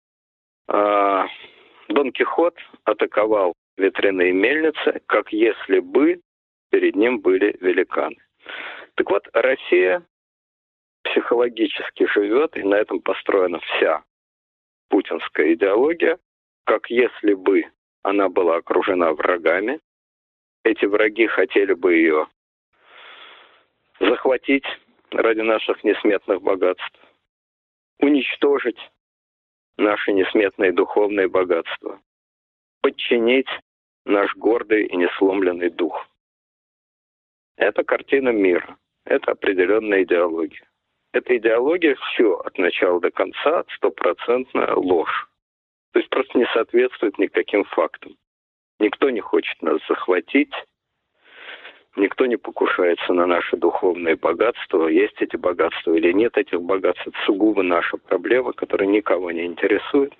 Дон Кихот атаковал ветряные мельницы, как если бы перед ним были великаны. Так вот, Россия психологически живет, и на этом построена вся путинская идеология, как если бы она была окружена врагами. Эти враги хотели бы ее захватить ради наших несметных богатств, уничтожить наши несметные духовные богатства, подчинить наш гордый и несломленный дух. Это картина мира, это определенная идеология. Эта идеология все от начала до конца стопроцентная ложь. То есть просто не соответствует никаким фактам. Никто не хочет нас захватить, никто не покушается на наши духовные богатства. Есть эти богатства или нет этих богатств, это сугубо наша проблема, которая никого не интересует.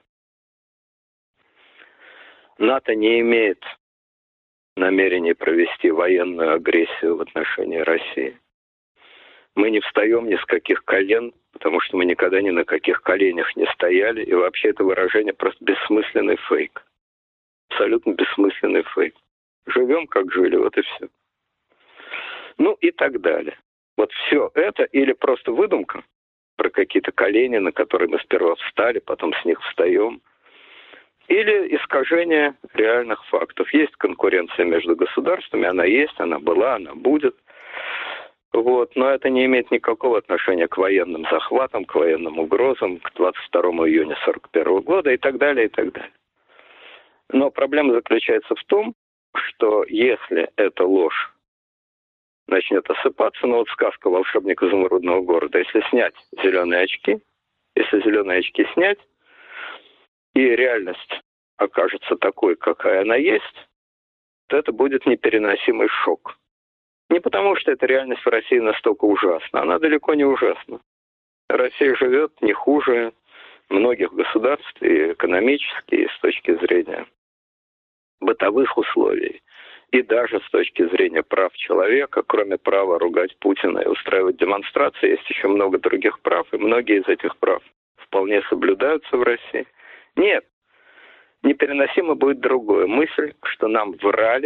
НАТО не имеет намерения провести военную агрессию в отношении России. Мы не встаем ни с каких колен, потому что мы никогда ни на каких коленях не стояли. И вообще это выражение просто бессмысленный фейк. Абсолютно бессмысленный фейк. Живем, как жили, вот и все. Ну и так далее. Вот все это или просто выдумка про какие-то колени, на которые мы сперва встали, потом с них встаем, или искажение реальных фактов. Есть конкуренция между государствами, она есть, она была, она будет. Вот, но это не имеет никакого отношения к военным захватам, к военным угрозам, к 22 июня 1941 года и так далее, и так далее. Но проблема заключается в том, что если эта ложь начнет осыпаться, ну вот сказка «Волшебник изумрудного города», если снять зеленые очки, если зеленые очки снять, и реальность окажется такой, какая она есть, то это будет непереносимый шок. Не потому, что эта реальность в России настолько ужасна. Она далеко не ужасна. Россия живет не хуже многих государств и экономически, и с точки зрения бытовых условий, и даже с точки зрения прав человека, кроме права ругать Путина и устраивать демонстрации, есть еще много других прав, и многие из этих прав вполне соблюдаются в России. Нет, непереносимо будет другое. Мысль, что нам врали,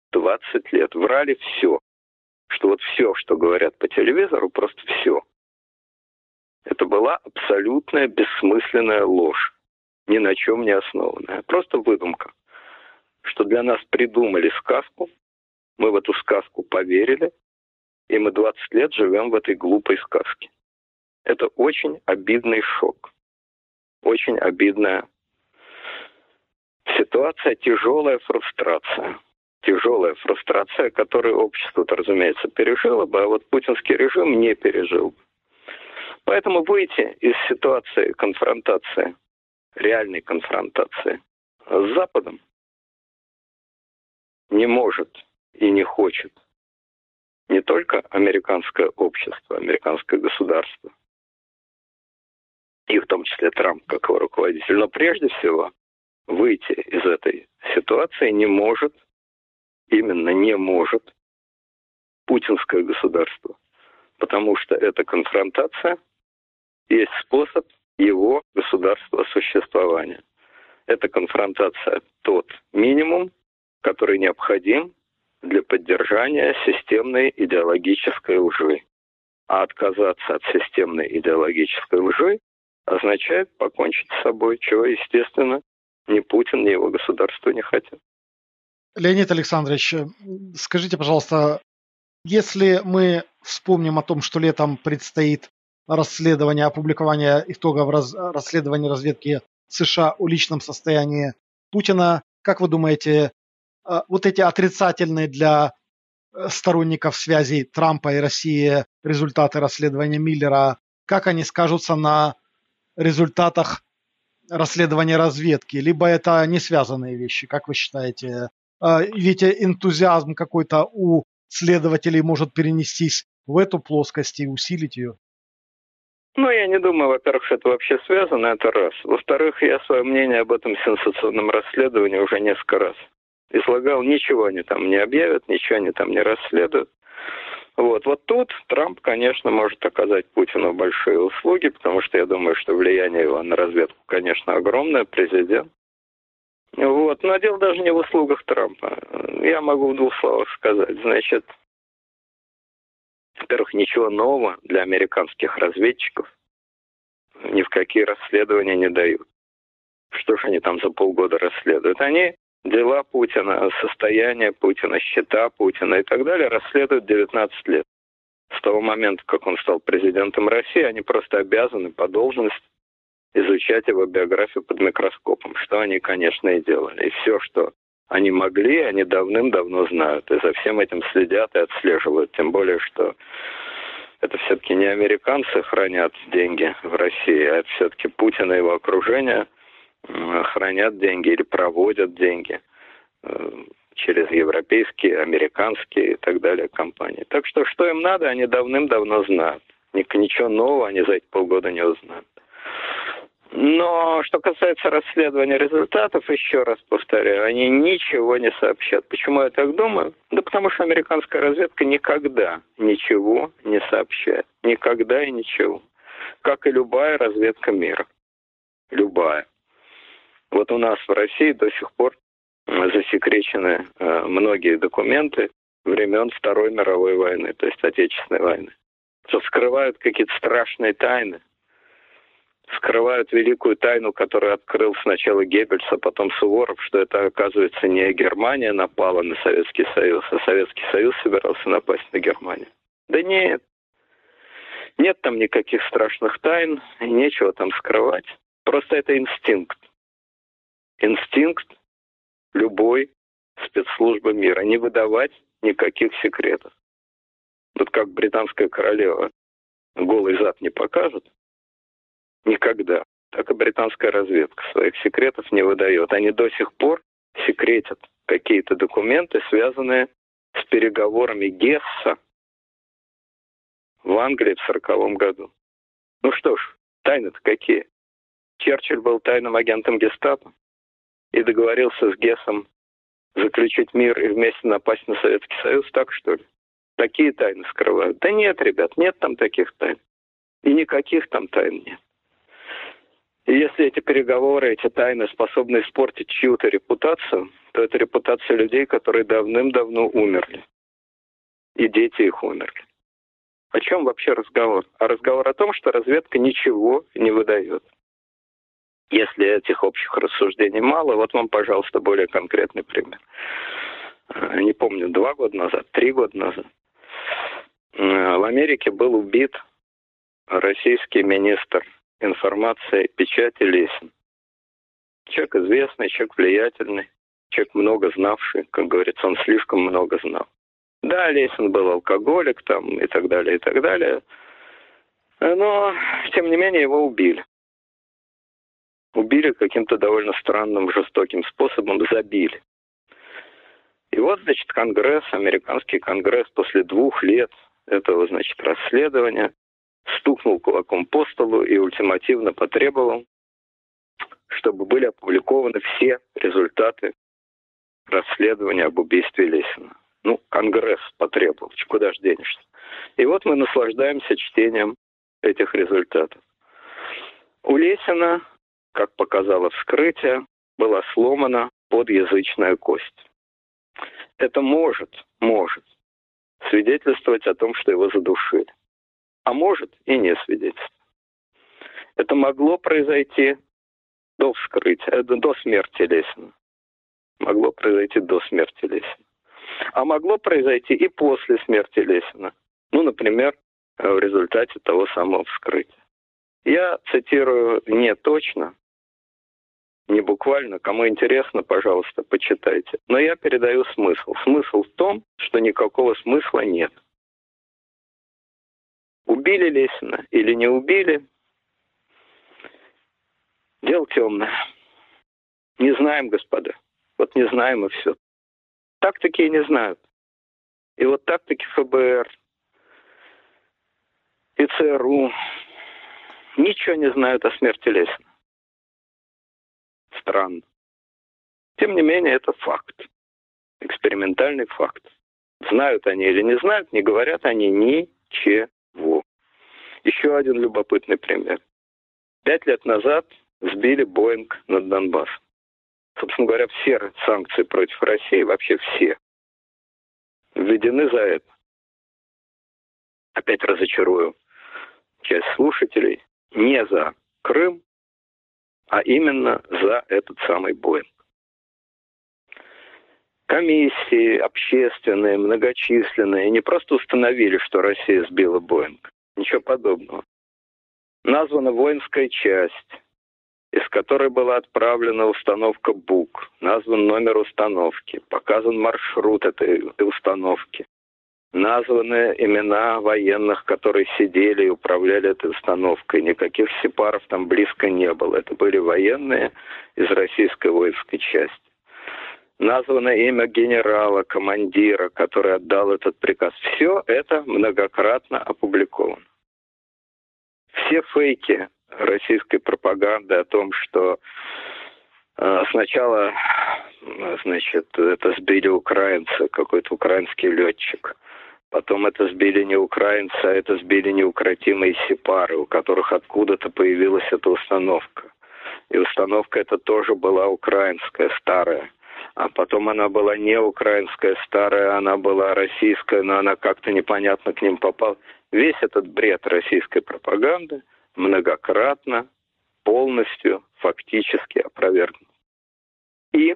20 лет. Врали все. Что вот все, что говорят по телевизору, просто все. Это была абсолютная бессмысленная ложь. Ни на чем не основанная. Просто выдумка. Что для нас придумали сказку, мы в эту сказку поверили, и мы 20 лет живем в этой глупой сказке. Это очень обидный шок. Очень обидная ситуация, тяжелая фрустрация. Тяжелая фрустрация, которую общество-то, разумеется, пережило бы, а вот путинский режим не пережил бы. Поэтому выйти из ситуации конфронтации, реальной конфронтации с Западом не может и не хочет не только американское общество, американское государство, и в том числе Трамп как его руководитель, но прежде всего выйти из этой ситуации не может, именно не может путинское государство, потому что эта конфронтация есть способ его государства существования. Эта конфронтация тот минимум, который необходим для поддержания системной идеологической лжи. А отказаться от системной идеологической лжи означает покончить с собой, чего, естественно, ни Путин, ни его государство не хотят. Леонид Александрович, скажите, пожалуйста, если мы вспомним о том, что летом предстоит расследование, опубликование итогов расследования разведки США о личном состоянии Путина, как вы думаете, вот эти отрицательные для сторонников связей Трампа и России результаты расследования Миллера, как они скажутся на результатах расследования разведки? Либо это не связанные вещи, как вы считаете? Ведь энтузиазм какой-то у следователей может перенестись в эту плоскость и усилить ее. Ну, я не думаю, во-первых, что это вообще связано, это раз. Во-вторых, я свое мнение об этом сенсационном расследовании уже несколько раз излагал. Ничего они там не объявят, ничего они там не расследуют. Вот тут Трамп, конечно, может оказать Путину большие услуги, потому что я думаю, что влияние его на разведку, конечно, огромное, президент. Но дело даже не в услугах Трампа. Я могу в двух словах сказать. Значит, во-первых, ничего нового для американских разведчиков ни в какие расследования не дают. Что же они там за полгода расследуют? Они дела Путина, состояние Путина, счета Путина и так далее расследуют 19 лет. С того момента, как он стал президентом России, они просто обязаны по должности изучать его биографию под микроскопом, что они, конечно, и делали. И все, что они могли, они давным-давно знают. И за всем этим следят и отслеживают. Тем более, что это все-таки не американцы хранят деньги в России, а это все-таки Путин и его окружение хранят деньги или проводят деньги через европейские, американские и так далее компании. Так что им надо, они давным-давно знают. Ничего нового они за эти полгода не узнают. Но что касается расследования результатов, еще раз повторяю, они ничего не сообщат. Почему я так думаю? Да потому что американская разведка никогда ничего не сообщает. Никогда и ничего. Как и любая разведка мира. Любая. Вот у нас в России до сих пор засекречены многие документы времен Второй мировой войны, то есть Отечественной войны. Что скрывают какие-то страшные тайны. Скрывают великую тайну, которую открыл сначала Геббельс, а потом Суворов, что это, оказывается, не Германия напала на Советский Союз, а Советский Союз собирался напасть на Германию. Да нет. Нет там никаких страшных тайн, и нечего там скрывать. Просто это инстинкт. Инстинкт любой спецслужбы мира. Не выдавать никаких секретов. Вот как британская королева голый зад не покажет, никогда. Так и британская разведка своих секретов не выдает. Они до сих пор секретят какие-то документы, связанные с переговорами Гесса в Англии в 1940 году. Ну что ж, тайны-то какие? Черчилль был тайным агентом гестапо и договорился с Гессом заключить мир и вместе напасть на Советский Союз, так что ли? Такие тайны скрывают. Да нет, ребят, нет там таких тайн. И никаких там тайн нет. И если эти переговоры, эти тайны способны испортить чью-то репутацию, то это репутация людей, которые давным-давно умерли. И дети их умерли. О чем вообще разговор? А разговор о том, что разведка ничего не выдает. Если этих общих рассуждений мало, вот вам, пожалуйста, более конкретный пример. Не помню, 2 года назад, 3 года назад. В Америке был убит российский министр информации печати Лесин. Человек известный, человек влиятельный, человек много знавший, как говорится, он слишком много знал. Да, Лесин был алкоголик там и так далее, и так далее. Но, тем не менее, его убили. Убили каким-то довольно странным, жестоким способом, забили. И вот, значит, Конгресс, американский Конгресс после 2 лет этого, значит, расследования стукнул кулаком по столу и ультимативно потребовал, чтобы были опубликованы все результаты расследования об убийстве Лесина. Ну, Конгресс потребовал, куда же денешься. И вот мы наслаждаемся чтением этих результатов. У Лесина, как показало вскрытие, была сломана подъязычная кость. Это может свидетельствовать о том, что его задушили. А может и не свидетельствовать. Это могло произойти до вскрытия, до смерти Лесина. Могло произойти до смерти Лесина. А могло произойти и после смерти Лесина. Ну, например, в результате того самого вскрытия. Я цитирую не точно, не буквально. Кому интересно, пожалуйста, почитайте. Но я передаю смысл. Смысл в том, что никакого смысла нет. Убили Лесина или не убили? Дело темное. Не знаем, господа. Вот не знаем и все. Так-таки и не знают. И вот так-таки ФБР и ЦРУ ничего не знают о смерти Лесина. Странно. Тем не менее, это факт. Экспериментальный факт. Знают они или не знают, не говорят они ничего. Еще один любопытный пример. 5 лет назад сбили Боинг над Донбассом. Собственно говоря, все санкции против России, вообще все, введены за это. Опять разочарую часть слушателей. Не за Крым, а именно за этот самый Боинг. Комиссии общественные, многочисленные, не просто установили, что Россия сбила Боинг. Ничего подобного. Названа воинская часть, из которой была отправлена установка БУК. Назван номер установки, показан маршрут этой установки. Названы имена военных, которые сидели и управляли этой установкой. Никаких сепаров там близко не было. Это были военные из российской воинской части. Названо имя генерала, командира, который отдал этот приказ. Все это многократно опубликовано. Все фейки российской пропаганды о том, что сначала, значит, это сбили украинцы, какой-то украинский летчик. Потом это сбили не украинцы, а это сбили неукротимые сепары, у которых откуда-то появилась эта установка. И установка эта тоже была украинская, старая. А потом она была не украинская, старая, она была российская, но она как-то непонятно к ним попала. Весь этот бред российской пропаганды многократно, полностью, фактически опровергнут. И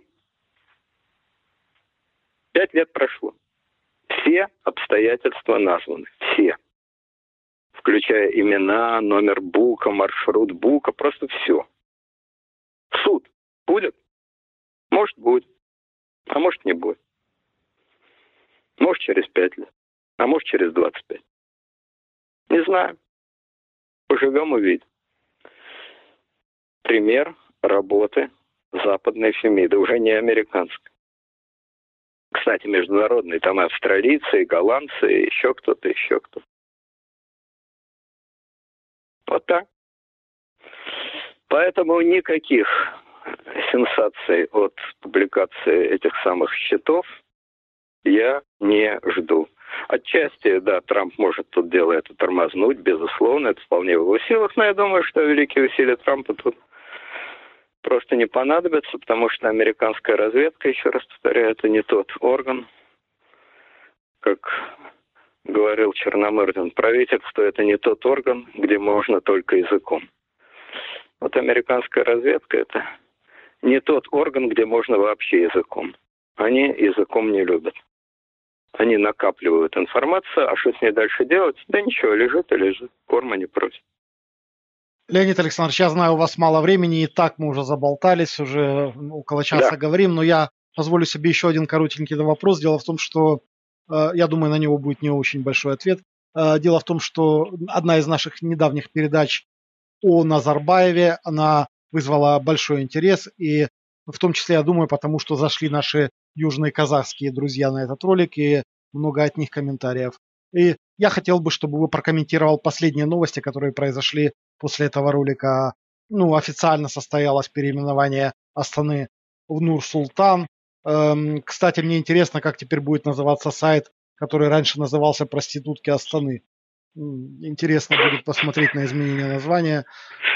5 лет прошло. Все обстоятельства названы. Все. Включая имена, номер БУКа, маршрут БУКа, просто все. Суд будет? Может, будет. А может, не будет. Может, через 5 лет. А может, через 25. Не знаю. Поживем, увидим. Пример работы западной Фемиды, уже не американской. Кстати, международные, там и австралийцы, и голландцы, и еще кто-то, еще кто-то. Вот так. Поэтому никаких сенсаций от публикации этих самых счетов я не жду. Отчасти, да, Трамп может тут дело это тормознуть, безусловно, это вполне в его силах, но я думаю, что великие усилия Трампа тут просто не понадобится, потому что американская разведка, еще раз повторяю, это не тот орган, как говорил Черномырдин, правительство это не тот орган, где можно только языком. Вот американская разведка это не тот орган, где можно вообще языком. Они языком не любят. Они накапливают информацию, а что с ней дальше делать? Да ничего, лежит и лежит, корма не просит. Леонид Александрович, я знаю, у вас мало времени, и так мы уже заболтались, уже около часа говорим, но я позволю себе еще один коротенький вопрос. Дело в том, что, я думаю, на него будет не очень большой ответ. Дело в том, что одна из наших недавних передач о Назарбаеве, она вызвала большой интерес, и в том числе, я думаю, потому что зашли наши южные казахские друзья на этот ролик, и много от них комментариев. И я хотел бы, чтобы вы прокомментировал последние новости, которые произошли после этого ролика. Ну, официально состоялось переименование Астаны в Нур-Султан. Кстати, мне интересно, как теперь будет называться сайт, который раньше назывался «Проститутки Астаны». Интересно будет посмотреть на изменение названия.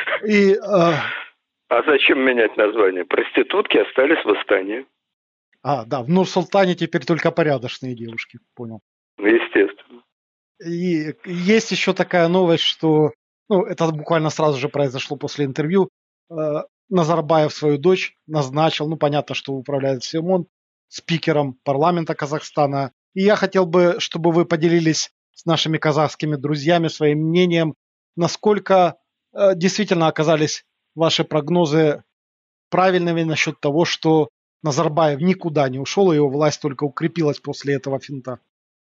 А зачем менять название? Проститутки остались в Астане. Да, в Нур-Султане теперь только порядочные девушки, понял. Естественно. И есть еще такая новость, что, это буквально сразу же произошло после интервью, Назарбаев свою дочь назначил, понятно, что управляет всем он, спикером парламента Казахстана. И я хотел бы, чтобы вы поделились с нашими казахскими друзьями своим мнением, насколько действительно оказались ваши прогнозы правильными насчет того, что Назарбаев никуда не ушел, и его власть только укрепилась после этого финта.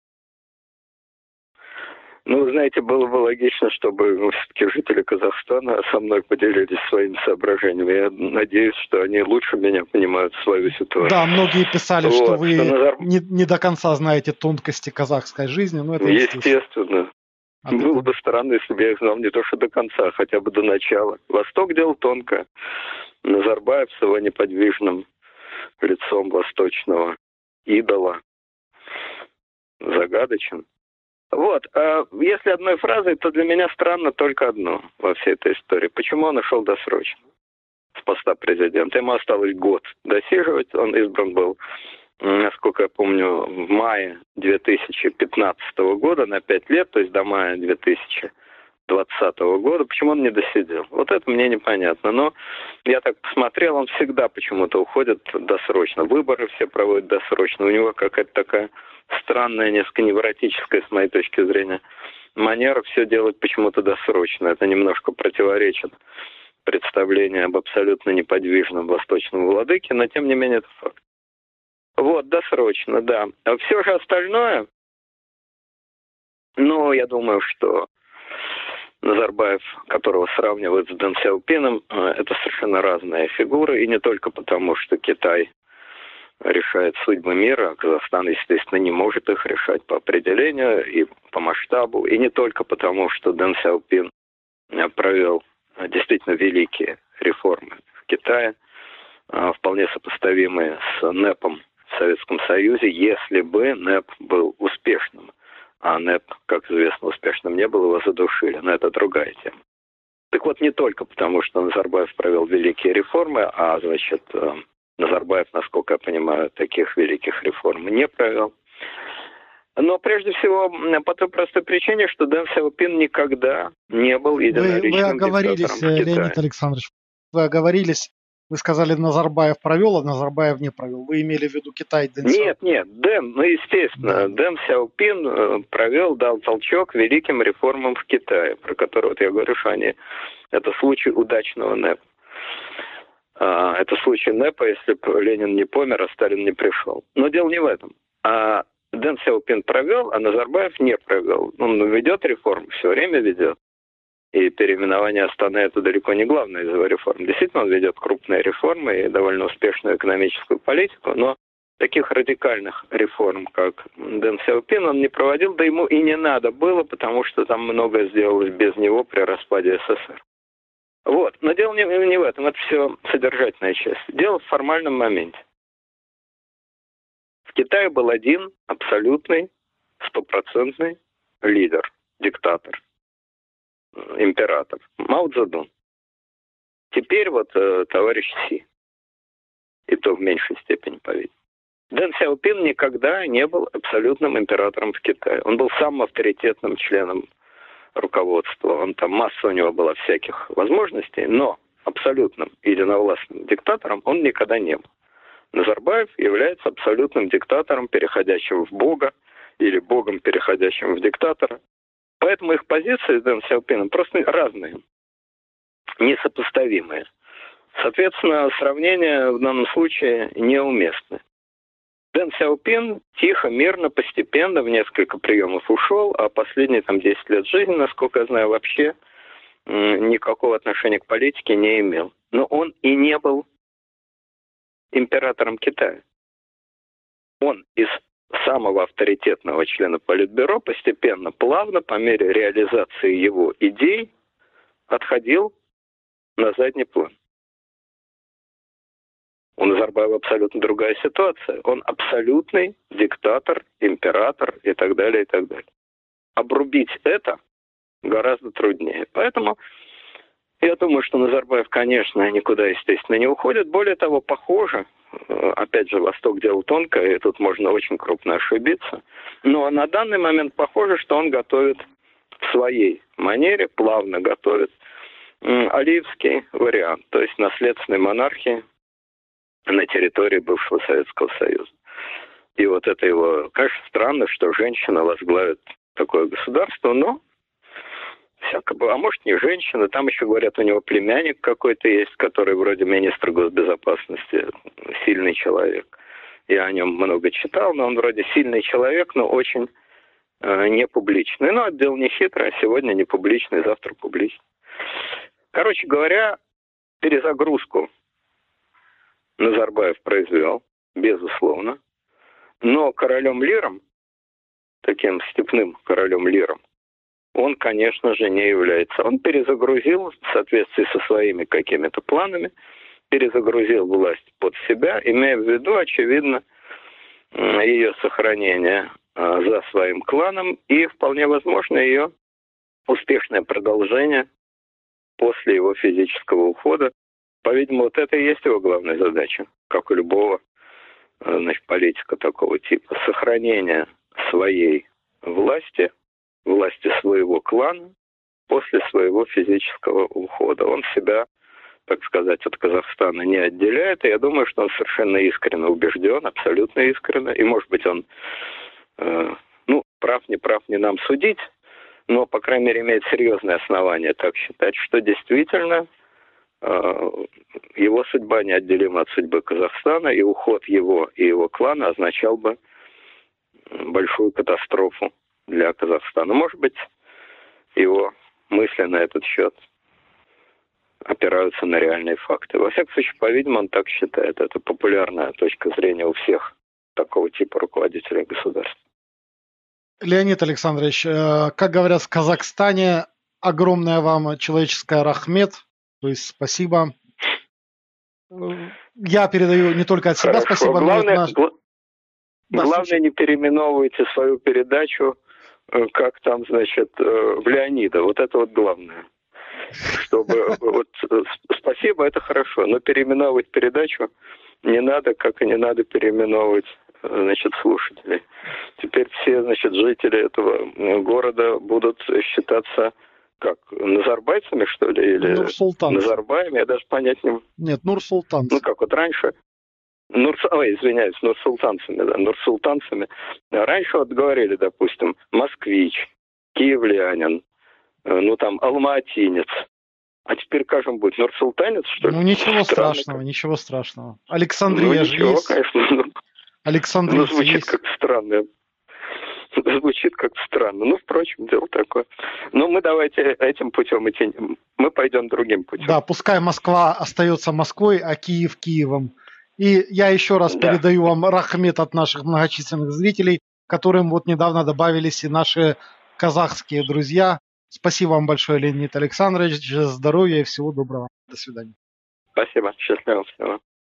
Знаете, было бы логично, чтобы все-таки жители Казахстана со мной поделились своими соображениями. Я надеюсь, что они лучше меня понимают свою ситуацию. Да, многие писали, что вы не до конца знаете тонкости казахской жизни. Но это естественно. Было бы странно, если бы я их знал не то, что до конца, а хотя бы до начала. Восток дело тонко. Назарбаев с его неподвижным лицом восточного идола загадочен. Если одной фразой, то для меня странно только одно во всей этой истории. Почему он ушел досрочно с поста президента? Ему осталось год досиживать. Он избран был, насколько я помню, в мае 2015 года на 5 лет, то есть до мая 2020 года. Почему он не досидел? Вот это мне непонятно. Но я так посмотрел, он всегда почему-то уходит досрочно. Выборы все проводят досрочно. У него какая-то такая странная, несколько невротическая, с моей точки зрения, манера все делать почему-то досрочно. Это немножко противоречит представлению об абсолютно неподвижном восточном владыке, но тем не менее это факт. Досрочно, да. А все же остальное, я думаю, что Назарбаев, которого сравнивают с Дэн Сяопином, это совершенно разные фигуры, и не только потому, что Китай решает судьбы мира, а Казахстан, естественно, не может их решать по определению и по масштабу, и не только потому, что Дэн Сяопин провел действительно великие реформы в Китае, вполне сопоставимые с НЭПом в Советском Союзе, если бы НЭП был успешным. А НЭП, как известно, успешным не был, его задушили, но это другая тема. Так вот, не только потому, что Назарбаев провел великие реформы, а, Назарбаев, насколько я понимаю, таких великих реформ не провел. Но прежде всего по той простой причине, что Дэн Сяопин никогда не был единоличным диктатором. Вы оговорились, Леонид Александрович, вы оговорились. Вы сказали, Назарбаев провел, а Назарбаев не провел. Вы имели в виду Китай? Дэн Нет, Дэн, естественно, Дэн Сяопин дал толчок великим реформам в Китае, про которые я говорю, что это случай удачного НЭПа. Это случай НЭПа, если бы Ленин не помер, а Сталин не пришел. Но дело не в этом. Дэн Сяопин провел, а Назарбаев не провел. Он ведет реформы, все время ведет. И переименование Астаны – это далеко не главная из его реформ. Действительно, он ведет крупные реформы и довольно успешную экономическую политику, но таких радикальных реформ, как Дэн Сяопин, он не проводил, да ему и не надо было, потому что там многое сделалось без него при распаде СССР. Но дело не в этом, это все содержательная часть. Дело в формальном моменте. В Китае был один абсолютный, стопроцентный лидер, диктатор, император – Мао Цзэдун. теперь вот товарищ Си. И то в меньшей степени, по-видимому. Дэн Сяопин никогда не был абсолютным императором в Китае. Он был самым авторитетным членом руководства. Он там, масса у него была всяких возможностей, но абсолютным единовластным диктатором он никогда не был. Назарбаев является абсолютным диктатором, переходящим в бога, или богом, переходящим в диктатора. Поэтому их позиции с Дэн Сяопином просто разные, несопоставимые. Соответственно, сравнение в данном случае неуместно. Дэн Сяопин тихо, мирно, постепенно в несколько приемов ушел, а последние 10 лет жизни, насколько я знаю, вообще никакого отношения к политике не имел. Но он и не был императором Китая. Он из самого авторитетного члена Политбюро постепенно, плавно, по мере реализации его идей, отходил на задний план. У Назарбаева абсолютно другая ситуация. Он абсолютный диктатор, император и так далее, и так далее. Обрубить это гораздо труднее. Поэтому я думаю, что Назарбаев, конечно, никуда, естественно, не уходит. Более того, похоже, опять же, Восток дело тонкое, и тут можно очень крупно ошибиться. Но на данный момент похоже, что он готовит в своей манере, плавно готовит алиевский вариант, то есть наследственной монархии на территории бывшего Советского Союза. И вот это его, конечно, странно, что женщина возглавит такое государство, но всяко было. А может, не женщина, там еще говорят, у него племянник какой-то есть, который вроде министра госбезопасности, сильный человек. Я о нем много читал, но он вроде сильный человек, но очень не публичный. Ну, отдел не хитрый, а сегодня не публичный, завтра публичный. Короче говоря, перезагрузку Назарбаев произвел, безусловно. Но королем Лиром, таким степным королем Лиром, он, конечно же, не является. Он перезагрузил в соответствии со своими какими-то планами, перезагрузил власть под себя, имея в виду, очевидно, ее сохранение за своим кланом и, вполне возможно, ее успешное продолжение после его физического ухода. По-видимому, вот это и есть его главная задача, как у любого политика такого типа. Сохранение своей власти, власти своего клана после своего физического ухода. Он себя, так сказать, от Казахстана не отделяет, и я думаю, что он совершенно искренне убежден, абсолютно искренне, и, может быть, он, прав, не нам судить, но, по крайней мере, имеет серьезное основание так считать, что действительно его судьба неотделима от судьбы Казахстана, и уход его и его клана означал бы большую катастрофу для Казахстана. Может быть, его мысли на этот счет опираются на реальные факты. Во всяком случае, по-видимому, он так считает. Это популярная точка зрения у всех такого типа руководителей государства. Леонид Александрович, как говорят в Казахстане, огромное вам человеческое рахмет, то есть спасибо. Я передаю не только от себя спасибо, но и от Главное, не переименовывайте свою передачу, как там, значит, в Леонида. Вот это вот главное. Чтобы спасибо, это хорошо, но переименовывать передачу не надо, как и не надо переименовывать, значит, слушателей. Теперь все, значит, жители этого города будут считаться как, назарбайцами, что ли, или назарбаями, я даже понять не могу. Нет, нурсултанцы. Как вот раньше. Извиняюсь, нурсултанцами, да, нурсултанцами. Раньше вот говорили, допустим, москвич, киевлянин, алматинец. А теперь, скажем, будет нурсултанец, что ли? Ничего страшного, ничего страшного. Александрия же ничего, есть. Конечно. Александрия звучит как странно. Звучит как странно. Впрочем, дело такое. Но мы давайте этим путем идти. Мы пойдем другим путем. Да, пускай Москва остается Москвой, а Киев Киевом. И я еще раз передаю вам рахмет от наших многочисленных зрителей, которым вот недавно добавились и наши казахские друзья. Спасибо вам большое, Леонид Александрович. Здоровья и всего доброго. До свидания. Спасибо. Счастливо всего.